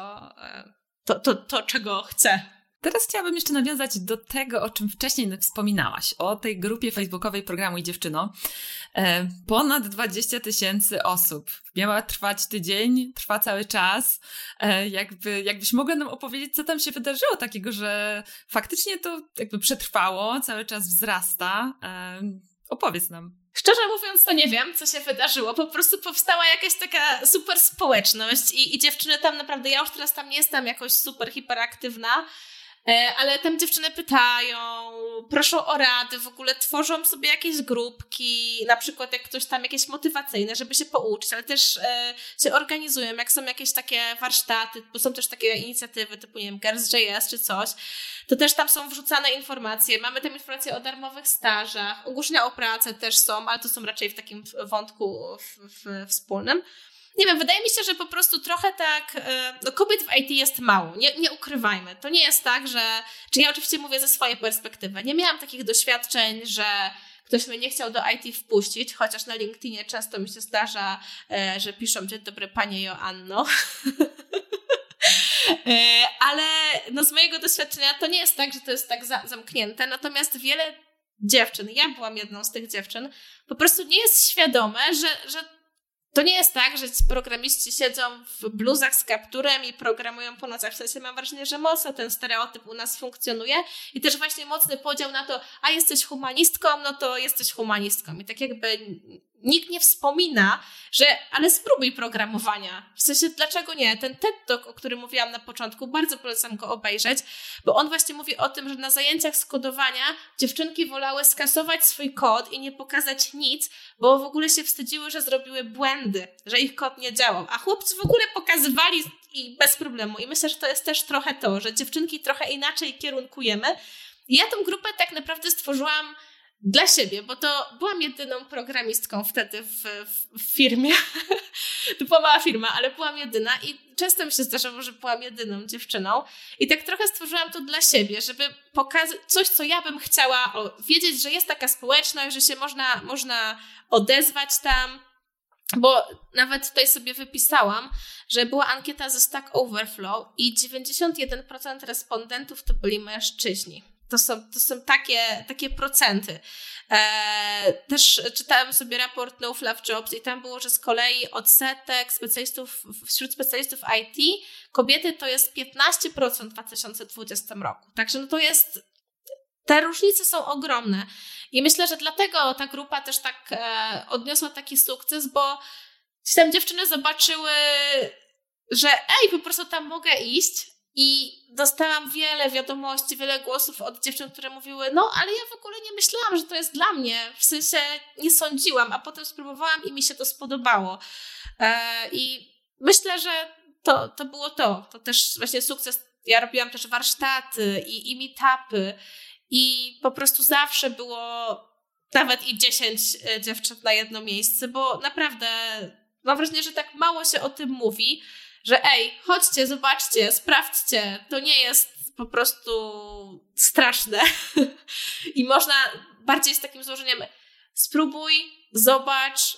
to czego chce. Teraz chciałabym jeszcze nawiązać do tego, o czym wcześniej wspominałaś, o tej grupie facebookowej Programuj Dziewczyno. Ponad 20 000 osób. Miała trwać tydzień, trwa cały czas. Jakbyś mogła nam opowiedzieć, co tam się wydarzyło takiego, że faktycznie to jakby przetrwało, cały czas wzrasta. Opowiedz nam. Szczerze mówiąc, to nie wiem, co się wydarzyło. Po prostu powstała jakaś taka super społeczność i dziewczyny tam naprawdę, ja już teraz tam nie jestem jakoś super hiperaktywna, ale tam dziewczyny pytają, proszą o rady, w ogóle tworzą sobie jakieś grupki, na przykład jak ktoś tam jakieś motywacyjne, żeby się pouczyć, ale też się organizują, jak są jakieś takie warsztaty, bo są też takie inicjatywy typu, nie wiem, Girls.js czy coś, to też tam są wrzucane informacje, mamy tam informacje o darmowych stażach, ogłoszenia o pracę też są, ale to są raczej w takim wątku wspólnym. Nie wiem, wydaje mi się, że po prostu trochę tak, kobiet w IT jest mało, nie ukrywajmy. To nie jest tak, czy ja oczywiście mówię ze swojej perspektywy, nie miałam takich doświadczeń, że ktoś mnie nie chciał do IT wpuścić, chociaż na LinkedInie często mi się zdarza, że piszą, dzień dobry Pani Joanno. Ale z mojego doświadczenia to nie jest tak, że to jest tak zamknięte, natomiast wiele dziewczyn, ja byłam jedną z tych dziewczyn, po prostu nie jest świadome, że to nie jest tak, że programiści siedzą w bluzach z kapturem i programują po nocach. W sensie mam wrażenie, że mocno ten stereotyp u nas funkcjonuje i też właśnie mocny podział na to, a jesteś humanistką, no to jesteś humanistką. I tak jakby nikt nie wspomina, ale spróbuj programowania. W sensie, dlaczego nie? Ten TED Talk, o którym mówiłam na początku, bardzo polecam go obejrzeć, bo on właśnie mówi o tym, że na zajęciach z kodowania dziewczynki wolały skasować swój kod i nie pokazać nic, bo w ogóle się wstydziły, że zrobiły błędy, że ich kod nie działał. A chłopcy w ogóle pokazywali i bez problemu. I myślę, że to jest też trochę to, że dziewczynki trochę inaczej kierunkujemy. I ja tą grupę tak naprawdę stworzyłam dla siebie, bo to byłam jedyną programistką wtedy w firmie. To była mała firma, ale byłam jedyna i często mi się zdarzało, że byłam jedyną dziewczyną. I tak trochę stworzyłam to dla siebie, żeby pokazać coś, co ja bym chciała wiedzieć, że jest taka społeczność, że się można odezwać tam. bo nawet tutaj sobie wypisałam, że była ankieta ze Stack Overflow i 91% respondentów to byli mężczyźni. To są takie procenty. Też czytałem sobie raport No Fluff Jobs i tam było, że z kolei odsetek wśród specjalistów IT kobiety to jest 15% w 2020 roku. Także te różnice są ogromne. I myślę, że dlatego ta grupa też tak odniosła taki sukces, bo tam dziewczyny zobaczyły, że po prostu tam mogę iść. I dostałam wiele wiadomości, wiele głosów od dziewczyn, które mówiły, no ale ja w ogóle nie myślałam, że to jest dla mnie. W sensie nie sądziłam, a potem spróbowałam i mi się to spodobało. I myślę, że to było to. To też właśnie sukces. Ja robiłam też warsztaty i meetupy i po prostu zawsze było nawet i 10 dziewczyn na jedno miejsce, bo naprawdę mam wrażenie, że tak mało się o tym mówi, że chodźcie, zobaczcie, sprawdźcie, to nie jest po prostu straszne. I można bardziej z takim złożeniem spróbuj, zobacz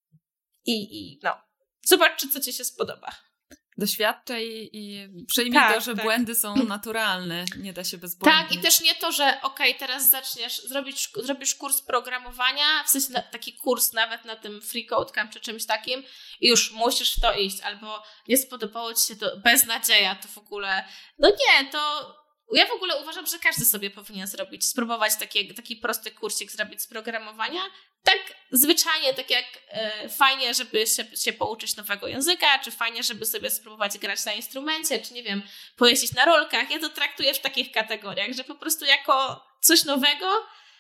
i zobacz, co ci się spodoba. Doświadczaj i przyjmij to, że błędy są naturalne, nie da się bez błędów. Tak, i też nie to, że teraz zaczniesz, zrobisz kurs programowania, w sensie taki kurs nawet na tym Free Code Camp czy czymś takim i już musisz w to iść, albo nie spodobało ci się to, beznadzieja, to w ogóle, no nie, to ja w ogóle uważam, że każdy sobie powinien spróbować taki prosty kursik zrobić z programowania, tak zwyczajnie, tak jak fajnie, żeby się pouczyć nowego języka, czy fajnie, żeby sobie spróbować grać na instrumencie, czy nie wiem, pojeździć na rolkach. Ja to traktuję w takich kategoriach, że po prostu jako coś nowego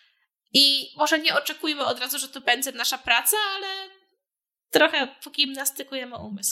i może nie oczekujmy od razu, że to będzie nasza praca, ale trochę pogimnastykujemy umysł.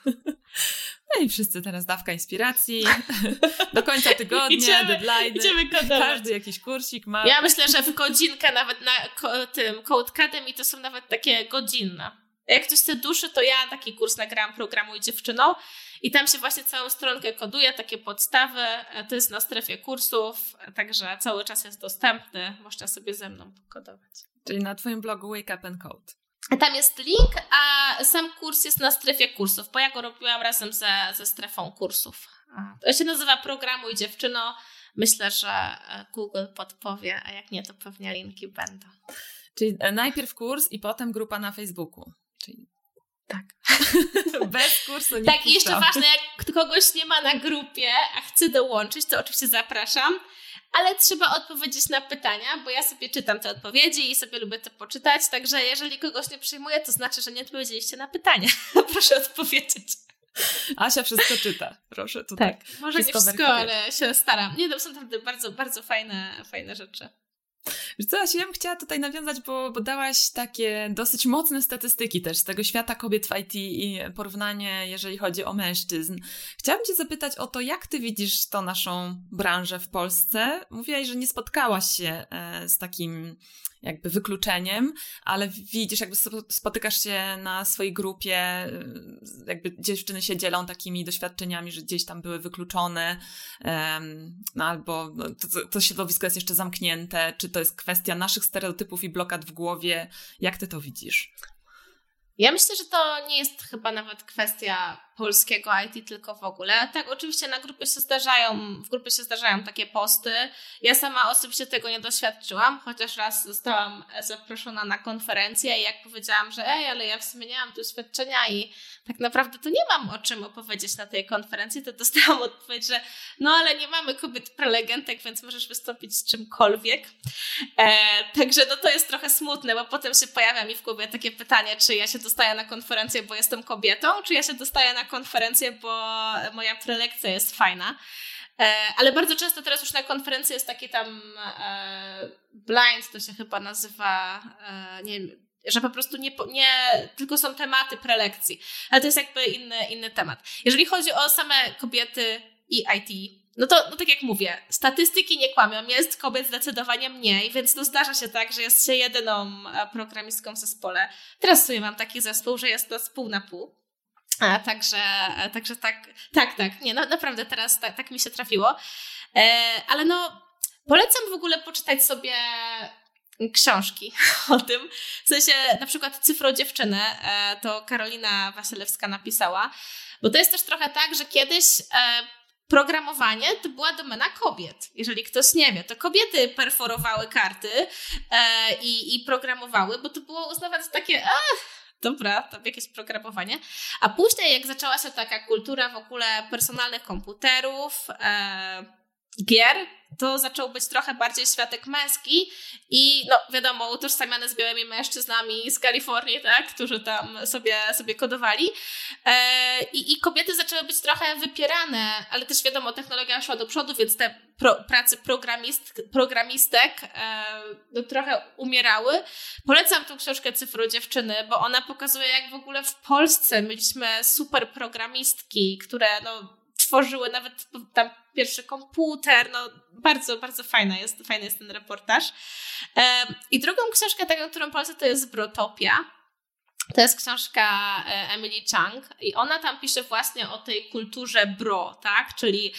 No i wszyscy teraz dawka inspiracji. Do końca tygodnia, deadline. Idziemy kodować. Każdy jakiś kursik ma. Ja myślę, że w godzinkę nawet na tym Code Academy to są nawet takie godzinne. Jak ktoś chce duszy, to ja taki kurs nagrałam Programuj dziewczyną i tam się właśnie całą stronkę koduje, takie podstawy. To jest na strefie kursów, także cały czas jest dostępny. Można sobie ze mną pokodować. Czyli na twoim blogu Wake Up and Code. Tam jest link, a sam kurs jest na strefie kursów, bo ja go robiłam razem ze strefą kursów. To się nazywa Programuj dziewczyno. Myślę, że Google podpowie, a jak nie, to pewnie linki będą. Czyli najpierw kurs i potem grupa na Facebooku. Czyli tak. Bez kursu nie tak, i jeszcze ważne, jak kogoś nie ma na grupie, a chce dołączyć, to oczywiście zapraszam. Ale trzeba odpowiedzieć na pytania, bo ja sobie czytam te odpowiedzi i sobie lubię to poczytać, także jeżeli kogoś nie przyjmuję, to znaczy, że nie odpowiedzieliście na pytania. Proszę odpowiedzieć. Asia wszystko czyta. Proszę tutaj. Tak, może nie wszystko, ale się staram. Nie, to są naprawdę bardzo, bardzo fajne rzeczy. Wiesz co, Asiu, ja bym chciała tutaj nawiązać, bo dałaś takie dosyć mocne statystyki też z tego świata kobiet w IT i porównanie, jeżeli chodzi o mężczyzn. Chciałabym cię zapytać o to, jak ty widzisz tą naszą branżę w Polsce. Mówiłaś, że nie spotkałaś się z takim jakby wykluczeniem, ale widzisz, jakby spotykasz się na swojej grupie, jakby dziewczyny się dzielą takimi doświadczeniami, że gdzieś tam były wykluczone, albo to środowisko jest jeszcze zamknięte, czy to jest kwestia naszych stereotypów i blokad w głowie. Jak ty to widzisz? Ja myślę, że to nie jest chyba nawet kwestia polskiego IT, tylko w ogóle. Tak, oczywiście w grupie się zdarzają takie posty. Ja sama osobiście tego nie doświadczyłam, chociaż raz zostałam zaproszona na konferencję i jak powiedziałam, że ale ja w sumie nie mam doświadczenia i tak naprawdę to nie mam o czym opowiedzieć na tej konferencji, to dostałam odpowiedź, że ale nie mamy kobiet prelegentek, więc możesz wystąpić z czymkolwiek. Także to jest trochę smutne, bo potem się pojawia mi w głowie takie pytanie, czy ja się dostaję na konferencję, bo jestem kobietą, czy ja się dostaję na konferencję, bo moja prelekcja jest fajna. Ale bardzo często teraz już na konferencji jest taki tam blind, to się chyba nazywa, nie wiem, że po prostu nie tylko są tematy prelekcji, ale to jest jakby inny temat. Jeżeli chodzi o same kobiety i IT, no to tak jak mówię, statystyki nie kłamią, jest kobiet zdecydowanie mniej, więc zdarza się tak, że jest się jedyną programistką w zespole. Teraz sobie mam taki zespół, że jest nas pół na pół. Także tak. Nie, naprawdę teraz tak mi się trafiło. Ale polecam w ogóle poczytać sobie książki o tym. W sensie na przykład Cyfrodziewczyny to Karolina Wasilewska napisała, bo to jest też trochę tak, że kiedyś programowanie to była domena kobiet. Jeżeli ktoś nie wie, to kobiety perforowały karty i programowały, bo to było uznawane za takie dobra, to jakieś programowanie. A później jak zaczęła się taka kultura w ogóle personalnych komputerów, gier, to zaczął być trochę bardziej światek męski i no wiadomo, utożsamiane z białymi mężczyznami z Kalifornii, tak, którzy tam sobie kodowali i kobiety zaczęły być trochę wypierane, ale też wiadomo, technologia szła do przodu, więc te prace programistek no, trochę umierały. Polecam tą książkę Cyfrodziewczyny, bo ona pokazuje, jak w ogóle w Polsce mieliśmy super programistki, które no tworzyły nawet tam pierwszy komputer, no bardzo, bardzo fajny jest ten reportaż. I drugą książkę taką, którą polecę, to jest Brotopia. To jest książka Emily Chang i ona tam pisze właśnie o tej kulturze bro, tak? Czyli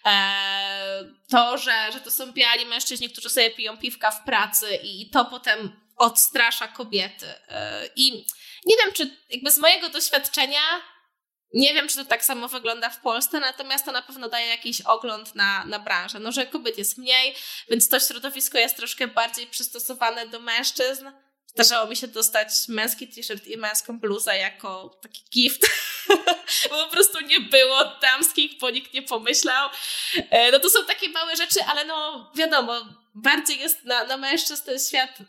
to, że to są biali mężczyźni, którzy sobie piją piwka w pracy i to potem odstrasza kobiety. I nie wiem, czy jakby z mojego doświadczenia nie wiem, czy to tak samo wygląda w Polsce, natomiast to na pewno daje jakiś ogląd na branżę. No, że kobiet jest mniej, więc to środowisko jest troszkę bardziej przystosowane do mężczyzn. Zdarzało mi się dostać męski t-shirt i męską bluzę jako taki gift, bo po prostu nie było damskich, bo nikt nie pomyślał. No to są takie małe rzeczy, ale no wiadomo, bardziej jest na mężczyzn ten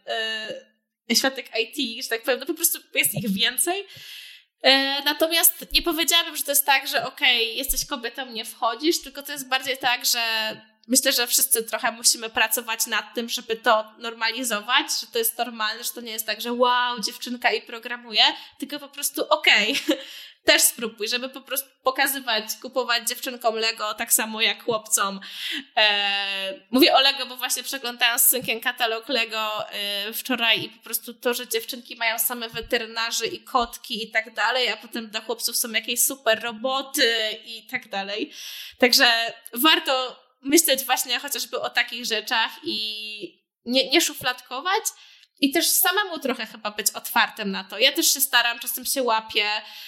światek IT, że tak powiem, no po prostu jest ich więcej. Natomiast nie powiedziałabym, że to jest tak, że okej, jesteś kobietą, nie wchodzisz, tylko to jest bardziej tak, że myślę, że wszyscy trochę musimy pracować nad tym, żeby to normalizować, że to jest normalne, że to nie jest tak, że wow, dziewczynka i programuje, tylko po prostu też spróbuj, żeby po prostu kupować dziewczynkom Lego tak samo jak chłopcom. Mówię o Lego, bo właśnie przeglądałam z synkiem katalog Lego wczoraj i po prostu to, że dziewczynki mają same weterynarzy i kotki i tak dalej, a potem dla chłopców są jakieś super roboty i tak dalej. Także warto myśleć właśnie chociażby o takich rzeczach i nie szufladkować i też samemu trochę chyba być otwartym na to. Ja też się staram, czasem się łapię,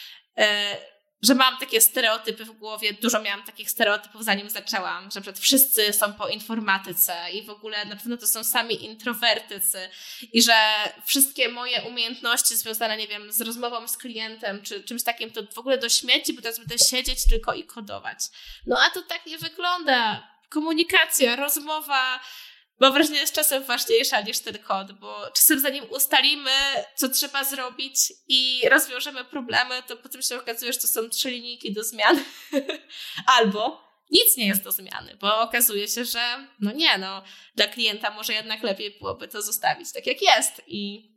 że mam takie stereotypy w głowie, dużo miałam takich stereotypów zanim zaczęłam, że wszyscy są po informatyce i w ogóle na pewno to są sami introwertycy i że wszystkie moje umiejętności związane, nie wiem, z rozmową z klientem czy czymś takim to w ogóle do śmieci, bo teraz będę siedzieć tylko i kodować. No a to tak nie wygląda. Komunikacja, rozmowa, mam wrażenie, jest czasem ważniejsza niż ten kod, bo czasem zanim ustalimy, co trzeba zrobić i rozwiążemy problemy, to potem się okazuje, że to są 3 linijki do zmiany. Albo nic nie jest do zmiany, bo okazuje się, że dla klienta może jednak lepiej byłoby to zostawić tak, jak jest. I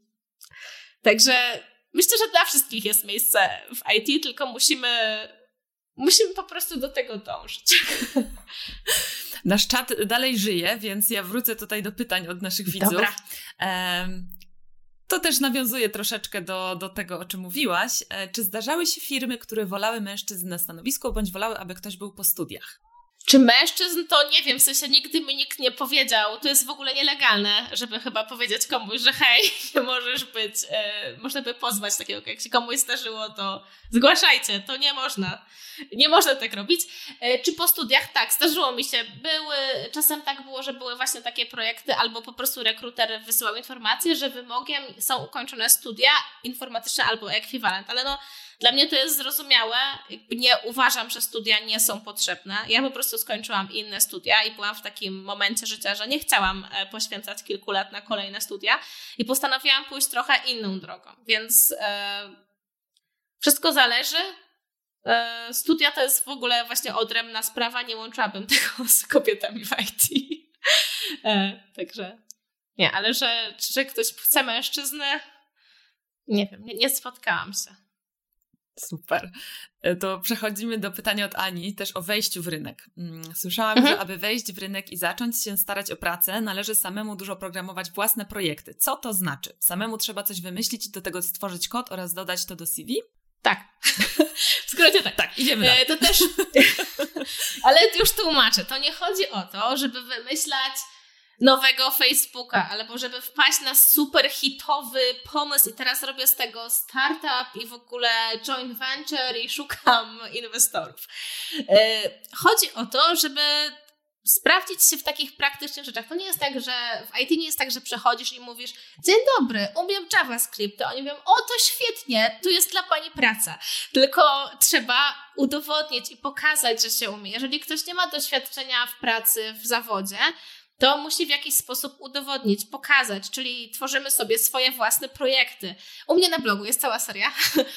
także myślę, że dla wszystkich jest miejsce w IT, tylko musimy po prostu do tego dążyć. Nasz czat dalej żyje, więc ja wrócę tutaj do pytań od naszych widzów. Dobra. To też nawiązuje troszeczkę do tego, o czym mówiłaś. Czy zdarzały się firmy, które wolały mężczyzn na stanowisku, bądź wolały, aby ktoś był po studiach? Czy mężczyzn, to nie wiem, w sensie nigdy mi nikt nie powiedział, to jest w ogóle nielegalne, żeby chyba powiedzieć komuś, że hej, nie możesz być, można by pozwać takiego, jak się komuś zdarzyło, to zgłaszajcie, to nie można. Nie można tak robić. Czy po studiach? Tak, zdarzyło mi się. Czasem tak było, że były właśnie takie projekty, albo po prostu rekruter wysyłał informację, że wymogiem są ukończone studia informatyczne albo ekwiwalent, ale dla mnie to jest zrozumiałe. Nie uważam, że studia nie są potrzebne. Ja po prostu skończyłam inne studia i byłam w takim momencie życia, że nie chciałam poświęcać kilku lat na kolejne studia i postanowiłam pójść trochę inną drogą. Więc wszystko zależy. Studia to jest w ogóle właśnie odrębna sprawa. Nie łączyłabym tego z kobietami w IT. Także nie, ale że ktoś chce mężczyznę, nie wiem, nie spotkałam się. Super. To przechodzimy do pytania od Ani, też o wejściu w rynek. Słyszałam, że aby wejść w rynek i zacząć się starać o pracę, należy samemu dużo programować własne projekty. Co to znaczy? Samemu trzeba coś wymyślić i do tego stworzyć kod oraz dodać to do CV? Tak. W skrócie tak. Tak, idziemy dalej. To też... Ale już tłumaczę. To nie chodzi o to, żeby wymyślać nowego Facebooka, albo żeby wpaść na super hitowy pomysł i teraz robię z tego startup i w ogóle joint venture i szukam inwestorów. Chodzi o to, żeby sprawdzić się w takich praktycznych rzeczach. To nie jest tak, że w IT nie jest tak, że przechodzisz i mówisz: dzień dobry, umiem JavaScript. To oni mówią: o, to świetnie, tu jest dla pani praca. Tylko trzeba udowodnić i pokazać, że się umie. Jeżeli ktoś nie ma doświadczenia w pracy, w zawodzie, to musi w jakiś sposób udowodnić, pokazać, czyli tworzymy sobie swoje własne projekty. U mnie na blogu jest cała seria.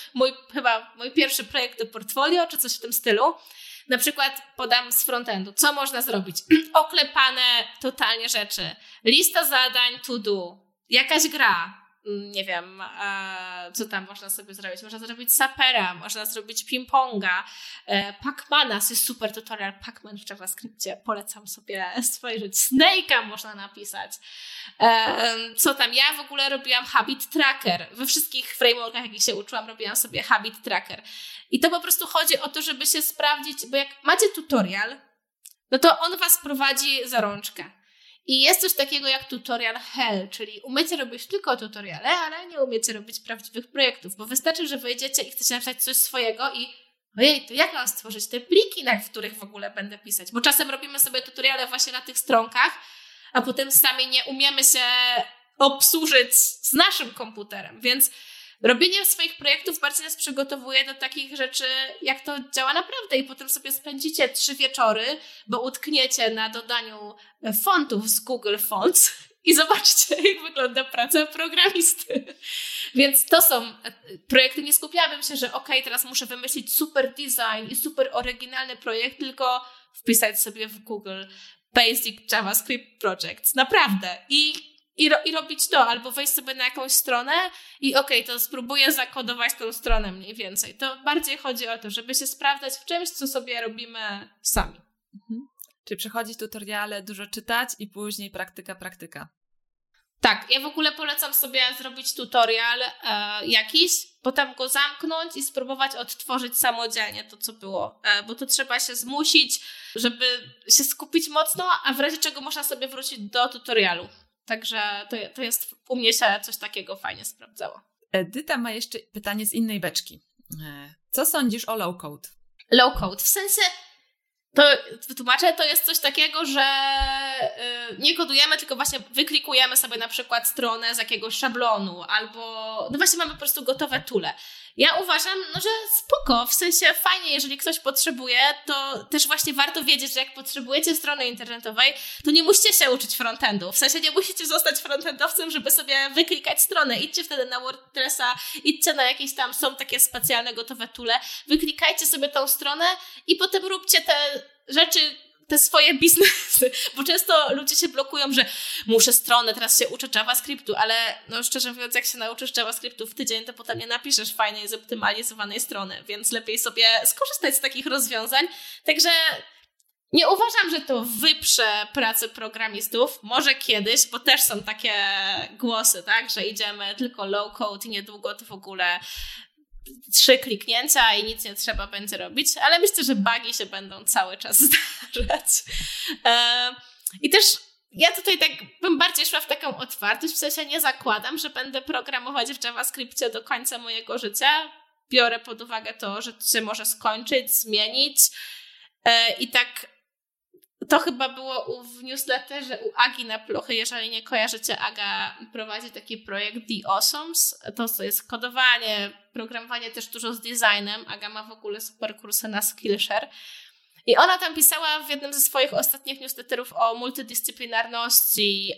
Mój pierwszy projekt do portfolio, czy coś w tym stylu. Na przykład podam z frontendu, co można zrobić. Oklepane totalnie rzeczy. Lista zadań to do. Jakaś gra. Nie wiem, co tam można sobie zrobić. Można zrobić sapera, można zrobić ping-ponga. Pacmana, jest super tutorial Pacman w JavaScriptie. Polecam sobie spojrzeć. Snake'a można napisać. Co tam? Ja w ogóle robiłam habit tracker. We wszystkich frameworkach, jakich się uczyłam, robiłam sobie habit tracker. I to po prostu chodzi o to, żeby się sprawdzić, bo jak macie tutorial, no to on was prowadzi za rączkę. I jest coś takiego jak tutorial hell, czyli umiecie robić tylko tutoriale, ale nie umiecie robić prawdziwych projektów, bo wystarczy, że wyjdziecie i chcecie napisać coś swojego i ojej, to jak mam stworzyć te pliki, w których w ogóle będę pisać? Bo czasem robimy sobie tutoriale właśnie na tych stronkach, a potem sami nie umiemy się obsłużyć z naszym komputerem, więc robienie swoich projektów bardziej nas przygotowuje do takich rzeczy, jak to działa naprawdę i potem sobie spędzicie 3 wieczory, bo utkniecie na dodaniu fontów z Google Fonts i zobaczcie, jak wygląda praca programisty. Więc to są projekty. Nie skupiałabym się, że teraz muszę wymyślić super design i super oryginalny projekt, tylko wpisać sobie w Google Basic JavaScript Projects. Naprawdę. I robić to, albo wejść sobie na jakąś stronę i to spróbuję zakodować tą stronę mniej więcej. To bardziej chodzi o to, żeby się sprawdzać w czymś, co sobie robimy sami. Czyli przechodzić tutoriale, dużo czytać i później praktyka. Tak, ja w ogóle polecam sobie zrobić tutorial jakiś, potem go zamknąć i spróbować odtworzyć samodzielnie to, co było. Bo to trzeba się zmusić, żeby się skupić mocno, a w razie czego można sobie wrócić do tutorialu. Także to jest, u mnie się coś takiego fajnie sprawdzało. Edyta ma jeszcze pytanie z innej beczki. Co sądzisz o low code? Low code, w sensie, to wytłumaczę, to jest coś takiego, że nie kodujemy, tylko właśnie wyklikujemy sobie na przykład stronę z jakiegoś szablonu, albo właśnie mamy po prostu gotowe toole. Ja uważam, że spoko, w sensie fajnie, jeżeli ktoś potrzebuje, to też właśnie warto wiedzieć, że jak potrzebujecie strony internetowej, to nie musicie się uczyć frontendu. W sensie nie musicie zostać frontendowcem, żeby sobie wyklikać stronę. Idźcie wtedy na WordPressa, idźcie na jakieś tam, są takie specjalne gotowe toole, wyklikajcie sobie tą stronę i potem róbcie te rzeczy, te swoje biznesy, bo często ludzie się blokują, że muszę stronę, teraz się uczę JavaScriptu, ale szczerze mówiąc, jak się nauczysz JavaScriptu w tydzień, to potem nie napiszesz fajnej, zoptymalizowanej strony, więc lepiej sobie skorzystać z takich rozwiązań. Także nie uważam, że to wyprze pracę programistów, może kiedyś, bo też są takie głosy, tak, że idziemy tylko low code i niedługo to w ogóle 3 kliknięcia i nic nie trzeba będzie robić, ale myślę, że bugi się będą cały czas zdarzać. I też ja tutaj tak bym bardziej szła w taką otwartość, w sensie nie zakładam, że będę programować w JavaScriptie do końca mojego życia. Biorę pod uwagę to, że się może skończyć, zmienić i tak to chyba było w newsletterze u Agi na Plochy. Jeżeli nie kojarzycie, Aga prowadzi taki projekt The Awesomes. To jest kodowanie, programowanie też dużo z designem. Aga ma w ogóle super kursy na Skillshare. I ona tam pisała w jednym ze swoich ostatnich newsletterów o multidyscyplinarności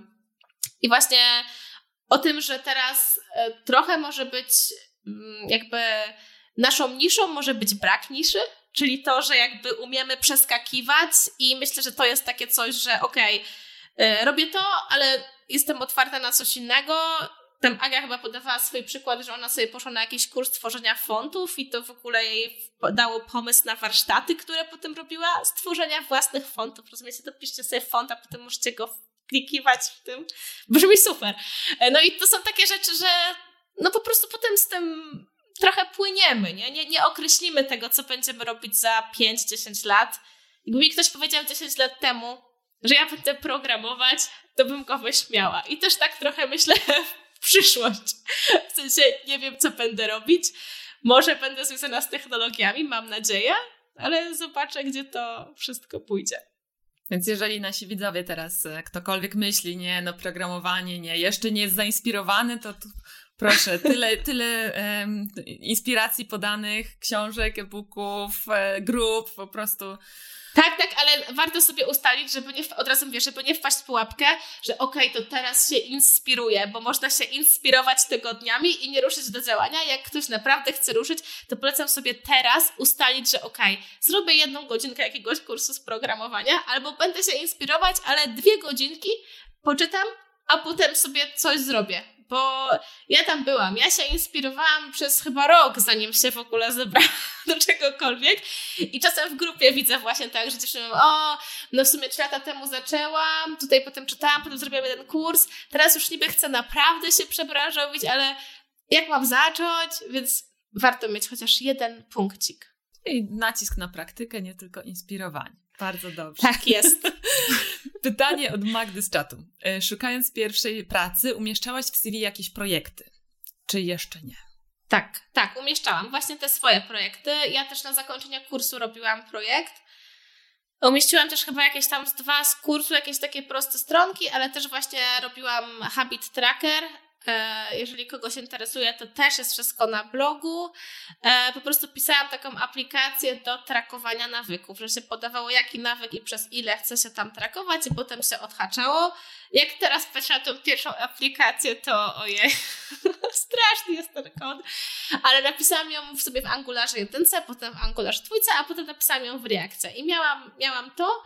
i właśnie o tym, że teraz trochę może być jakby naszą niszą może być brak niszy. Czyli to, że jakby umiemy przeskakiwać i myślę, że to jest takie coś, że robię to, ale jestem otwarta na coś innego. Tam Aga chyba podawała swój przykład, że ona sobie poszła na jakiś kurs tworzenia fontów i to w ogóle jej dało pomysł na warsztaty, które potem robiła z tworzenia własnych fontów. Rozumiecie? To piszcie sobie font, a potem możecie go klikiwać w tym. Brzmi super. No i to są takie rzeczy, że po prostu potem z tym trochę płyniemy, nie określimy tego, co będziemy robić za 5-10 lat. Jakby mi ktoś powiedział 10 lat temu, że ja będę programować, to bym kogoś miała. I też tak trochę myślę w przyszłość. W sensie nie wiem, co będę robić. Może będę związana z technologiami, mam nadzieję, ale zobaczę, gdzie to wszystko pójdzie. Więc jeżeli nasi widzowie teraz, ktokolwiek myśli, nie, no programowanie, nie, jeszcze nie jest zainspirowany, to proszę, tyle inspiracji podanych, książek, e-booków, grup, po prostu. Tak, ale warto sobie ustalić, żeby nie, od razu mówię, żeby nie wpaść w pułapkę, że okej, to teraz się inspiruję, bo można się inspirować tygodniami i nie ruszyć do działania. Jak ktoś naprawdę chce ruszyć, to polecam sobie teraz ustalić, że zrobię 1 godzinkę jakiegoś kursu z programowania, albo będę się inspirować, ale 2 godzinki poczytam, a potem sobie coś zrobię. Bo ja tam byłam, ja się inspirowałam przez chyba rok, zanim się w ogóle zebrałam do czegokolwiek i czasem w grupie widzę właśnie tak, że dziewczyny mówią, no w sumie 3 lata temu zaczęłam, tutaj potem czytałam, potem zrobiłam 1 kurs, teraz już niby chcę naprawdę się przebranżowić, ale jak mam zacząć? Więc warto mieć chociaż 1 punkcik. I nacisk na praktykę, nie tylko inspirowanie. Bardzo dobrze. Tak jest. Pytanie od Magdy z czatu. Szukając pierwszej pracy, umieszczałaś w CV jakieś projekty? Czy jeszcze nie? Tak, umieszczałam właśnie te swoje projekty. Ja też na zakończenie kursu robiłam projekt. Umieściłam też chyba jakieś tam 2 z kursu, jakieś takie proste stronki, ale też właśnie robiłam habit tracker. Jeżeli kogoś interesuje, to też jest wszystko na blogu. Po prostu pisałam taką aplikację do trakowania nawyków, że się podawało jaki nawyk i przez ile chce się tam trakować i potem się odhaczało. Jak teraz patrzę na tą pierwszą aplikację, to ojej, straszny jest ten kod, ale napisałam ją sobie w Angularze 1, potem w Angularze 2, a potem napisałam ją w Reakcie i miałam to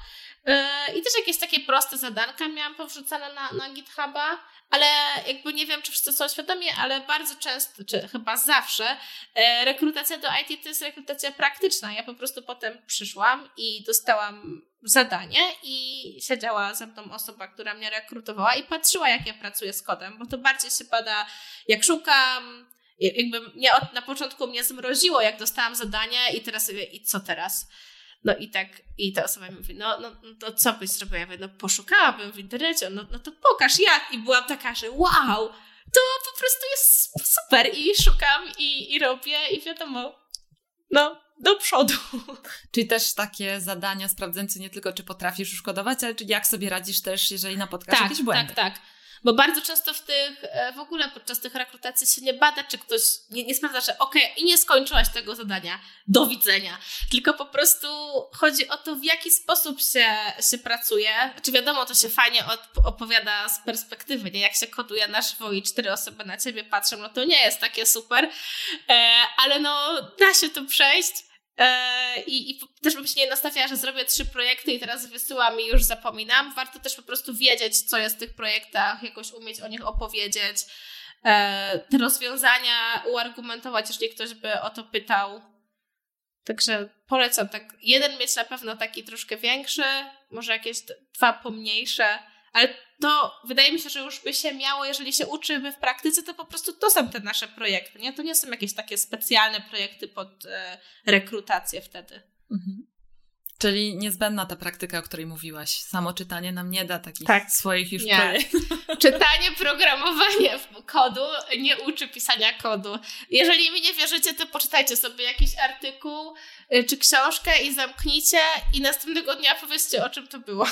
i też jakieś takie proste zadanka miałam powrzucane na GitHuba, ale jakby nie wiem, czy wszyscy są świadomi, ale bardzo często, czy chyba zawsze rekrutacja do IT to jest rekrutacja praktyczna. Ja po prostu potem przyszłam i dostałam zadanie i siedziała ze mną osoba, która mnie rekrutowała i patrzyła, jak ja pracuję z kodem, bo to bardziej się bada, jak szukam, jakby na początku mnie zmroziło, jak dostałam zadanie i teraz mówię, i co teraz? No i ta osoba mi mówi, no to co byś zrobiła? Ja mówię, no poszukałabym w internecie, no to pokaż jak. I byłam taka, że wow, to po prostu jest super i szukam i robię i wiadomo, no do przodu. Czyli też takie zadania sprawdzające nie tylko, czy potrafisz już kodować, ale jak sobie radzisz też, jeżeli napotkasz jakieś błędy. Tak. Bo bardzo często w ogóle podczas tych rekrutacji się nie bada, czy ktoś nie sprawdza, że i nie skończyłaś tego zadania, do widzenia. Tylko po prostu chodzi o to, w jaki sposób się pracuje. Znaczy wiadomo, to się fajnie opowiada z perspektywy, nie? Jak się koduje na żywo i 4 osoby na ciebie patrzą, no to nie jest takie super, ale no da się to przejść. I też bym się nie nastawiała, że zrobię 3 projekty i teraz wysyłam i już zapominam. Warto też po prostu wiedzieć, co jest w tych projektach, jakoś umieć o nich opowiedzieć, te rozwiązania uargumentować, jeżeli ktoś by o to pytał. Także polecam tak 1 mieć na pewno taki troszkę większy, może jakieś 2 pomniejsze, ale to wydaje mi się, że już by się miało, jeżeli się uczymy w praktyce, to po prostu to są te nasze projekty, nie? To nie są jakieś takie specjalne projekty pod rekrutację wtedy. Mhm. Czyli niezbędna ta praktyka, o której mówiłaś. Samo czytanie nam nie da takich swoich już projektów. Czytanie, programowanie kodu nie uczy pisania kodu. Jeżeli mi nie wierzycie, to poczytajcie sobie jakiś artykuł czy książkę i zamknijcie i następnego dnia powiedzcie, o czym to było.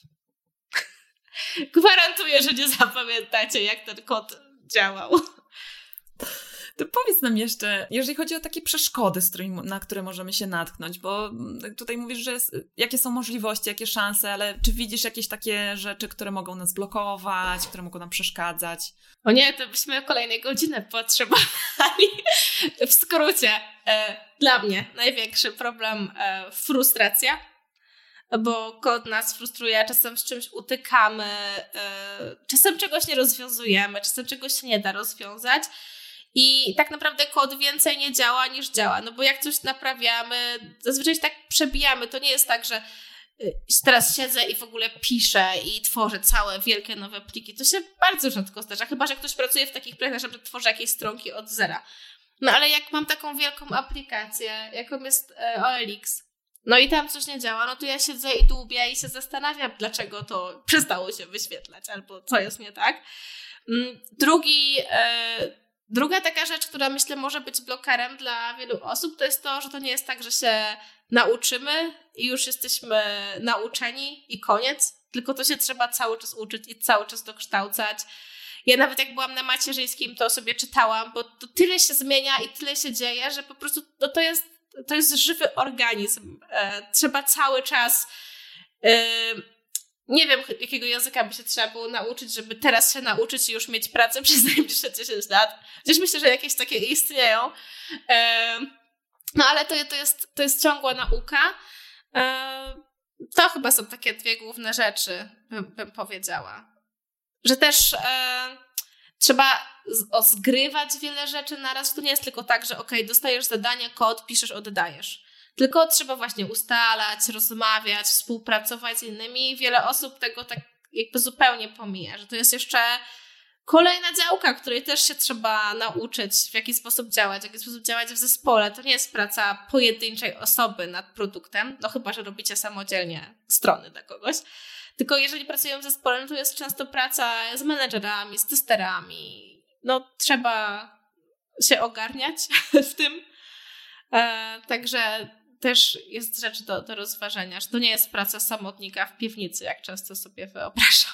Gwarantuję, że nie zapamiętacie, jak ten kod działał. To powiedz nam jeszcze, jeżeli chodzi o takie przeszkody, na które możemy się natknąć, bo tutaj mówisz, że jakie są możliwości, jakie szanse, ale czy widzisz jakieś takie rzeczy, które mogą nas blokować, które mogą nam przeszkadzać? O nie, to byśmy kolejnej godziny potrzebowali. W skrócie, dla mnie największy problem frustracja, bo kod nas frustruje, czasem z czymś utykamy, czasem czegoś nie rozwiązujemy, czasem czegoś się nie da rozwiązać i tak naprawdę kod więcej nie działa niż działa, no bo jak coś naprawiamy, zazwyczaj się tak przebijamy, to nie jest tak, że teraz siedzę i w ogóle piszę i tworzę całe wielkie nowe pliki, to się bardzo rzadko zdarza, chyba że ktoś pracuje w takich projektach, że tworzy jakieś stronki od zera. No ale jak mam taką wielką aplikację, jaką jest OLX, No i tam coś nie działa, no to ja siedzę i dłubię i się zastanawiam, dlaczego to przestało się wyświetlać, albo co jest nie tak. Druga taka rzecz, która myślę może być blokerem dla wielu osób, to jest to, że to nie jest tak, że się nauczymy i już jesteśmy nauczeni i koniec, tylko to się trzeba cały czas uczyć i cały czas dokształcać. Ja nawet jak byłam na macierzyńskim, to sobie czytałam, bo to tyle się zmienia i tyle się dzieje, że po prostu no to jest żywy organizm. Trzeba cały czas... Nie wiem, jakiego języka by się trzeba było nauczyć, żeby teraz się nauczyć i już mieć pracę przez najbliższe 10 lat. Chociaż myślę, że jakieś takie istnieją. No ale to jest ciągła nauka. To chyba są takie dwie główne rzeczy, bym powiedziała. Że też trzeba zgrywać wiele rzeczy naraz. To nie jest tylko tak, że dostajesz zadanie, kod, piszesz, oddajesz. Tylko trzeba właśnie ustalać, rozmawiać, współpracować z innymi. Wiele osób tego tak jakby zupełnie pomija, że to jest jeszcze kolejna działka, której też się trzeba nauczyć, w jaki sposób działać w zespole. To nie jest praca pojedynczej osoby nad produktem, no chyba że robicie samodzielnie strony dla kogoś. Tylko jeżeli pracują w zespole, no to jest często praca z menedżerami, z testerami. No trzeba się ogarniać w tym. Także też jest rzecz do rozważenia, że to nie jest praca samotnika w piwnicy, jak często sobie wyobrażam.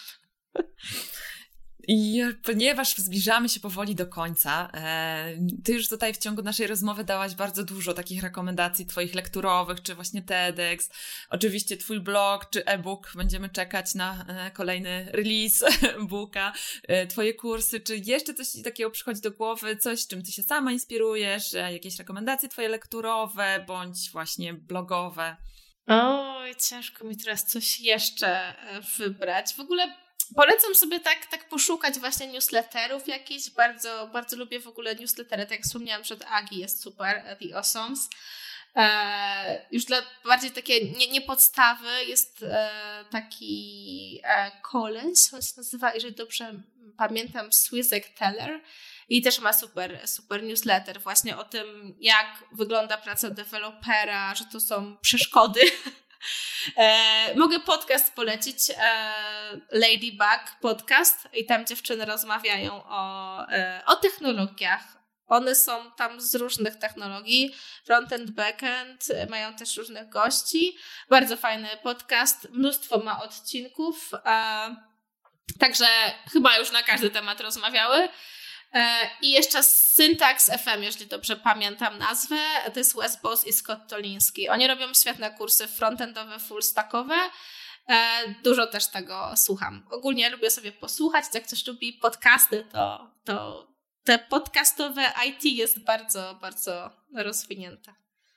I ponieważ zbliżamy się powoli do końca, ty już tutaj w ciągu naszej rozmowy dałaś bardzo dużo takich rekomendacji twoich lekturowych, czy właśnie TEDx, oczywiście twój blog, czy e-book, będziemy czekać na kolejny release e-booka, twoje kursy, czy jeszcze coś takiego przychodzi do głowy, coś, czym ty się sama inspirujesz, jakieś rekomendacje twoje lekturowe, bądź właśnie blogowe? Oj, ciężko mi teraz coś jeszcze wybrać. W ogóle polecam sobie tak poszukać właśnie newsletterów jakichś. Bardzo, bardzo lubię w ogóle newslettery. Tak jak wspomniałam, przed Agi jest super, The Awesomes. Już dla bardziej takie nie podstawy jest taki koleś, on się nazywa, jeżeli dobrze pamiętam, Swizek Teller. I też ma super newsletter właśnie o tym, jak wygląda praca dewelopera, że to są przeszkody. Mogę podcast polecić, Ladybug podcast, i tam dziewczyny rozmawiają o technologiach. One są tam z różnych technologii, frontend, backend, mają też różnych gości. Bardzo fajny podcast, mnóstwo ma odcinków, także chyba już na każdy temat rozmawiały. I jeszcze Syntax FM, jeżeli dobrze pamiętam nazwę, to jest Wes Bos i Scott Toliński. Oni robią świetne kursy frontendowe, fullstackowe. Dużo też tego słucham. Ogólnie lubię sobie posłuchać, jak ktoś lubi podcasty, to te podcastowe IT jest bardzo, bardzo rozwinięte.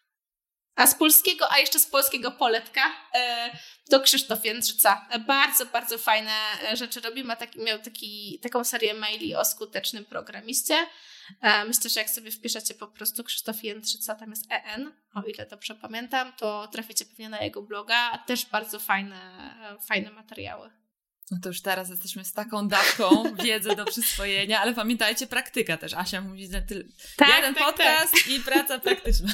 A jeszcze z polskiego poletka to Krzysztof Jędrzyca. Bardzo, bardzo fajne rzeczy robi. Miał taką serię maili o skutecznym programiście. Myślę, że jak sobie wpiszecie po prostu Krzysztof Jędrzyca, tam jest EN, o ile dobrze pamiętam, to traficie pewnie na jego bloga. Też bardzo fajne materiały. No to już teraz jesteśmy z taką dawką wiedzy do przyswojenia, ale pamiętajcie, praktyka też. Asia mówi, że jeden podcast i praca praktyczna.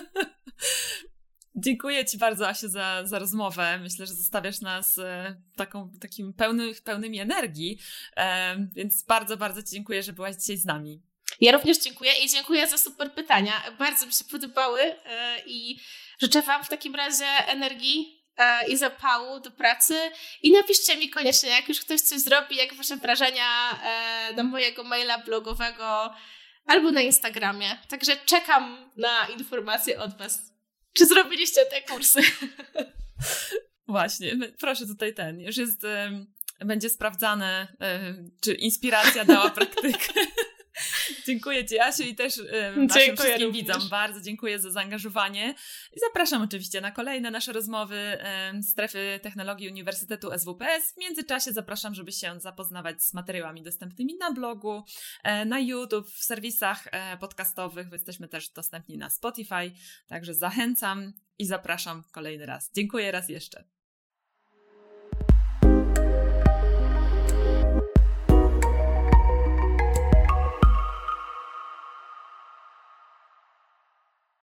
Dziękuję ci bardzo, Asiu, za rozmowę. Myślę, że zostawiasz nas takim pełnymi energii, więc bardzo, bardzo ci dziękuję, że byłaś dzisiaj z nami. Ja również dziękuję i dziękuję za super pytania. Bardzo mi się podobały i życzę wam w takim razie energii i zapału do pracy i napiszcie mi koniecznie, jak już ktoś coś zrobi, jak wasze wrażenia do mojego maila blogowego albo na Instagramie. Także czekam na informacje od was. Czy zrobiliście te kursy? Właśnie, proszę tutaj już jest, będzie sprawdzane, czy inspiracja dała praktykę. Dziękuję ci, Asiu, i też naszym wszystkim widzom bardzo dziękuję za zaangażowanie i zapraszam oczywiście na kolejne nasze rozmowy Strefy Technologii Uniwersytetu SWPS. W międzyczasie zapraszam, żeby się zapoznawać z materiałami dostępnymi na blogu, na YouTube, w serwisach podcastowych. Jesteśmy też dostępni na Spotify, także zachęcam i zapraszam kolejny raz. Dziękuję raz jeszcze.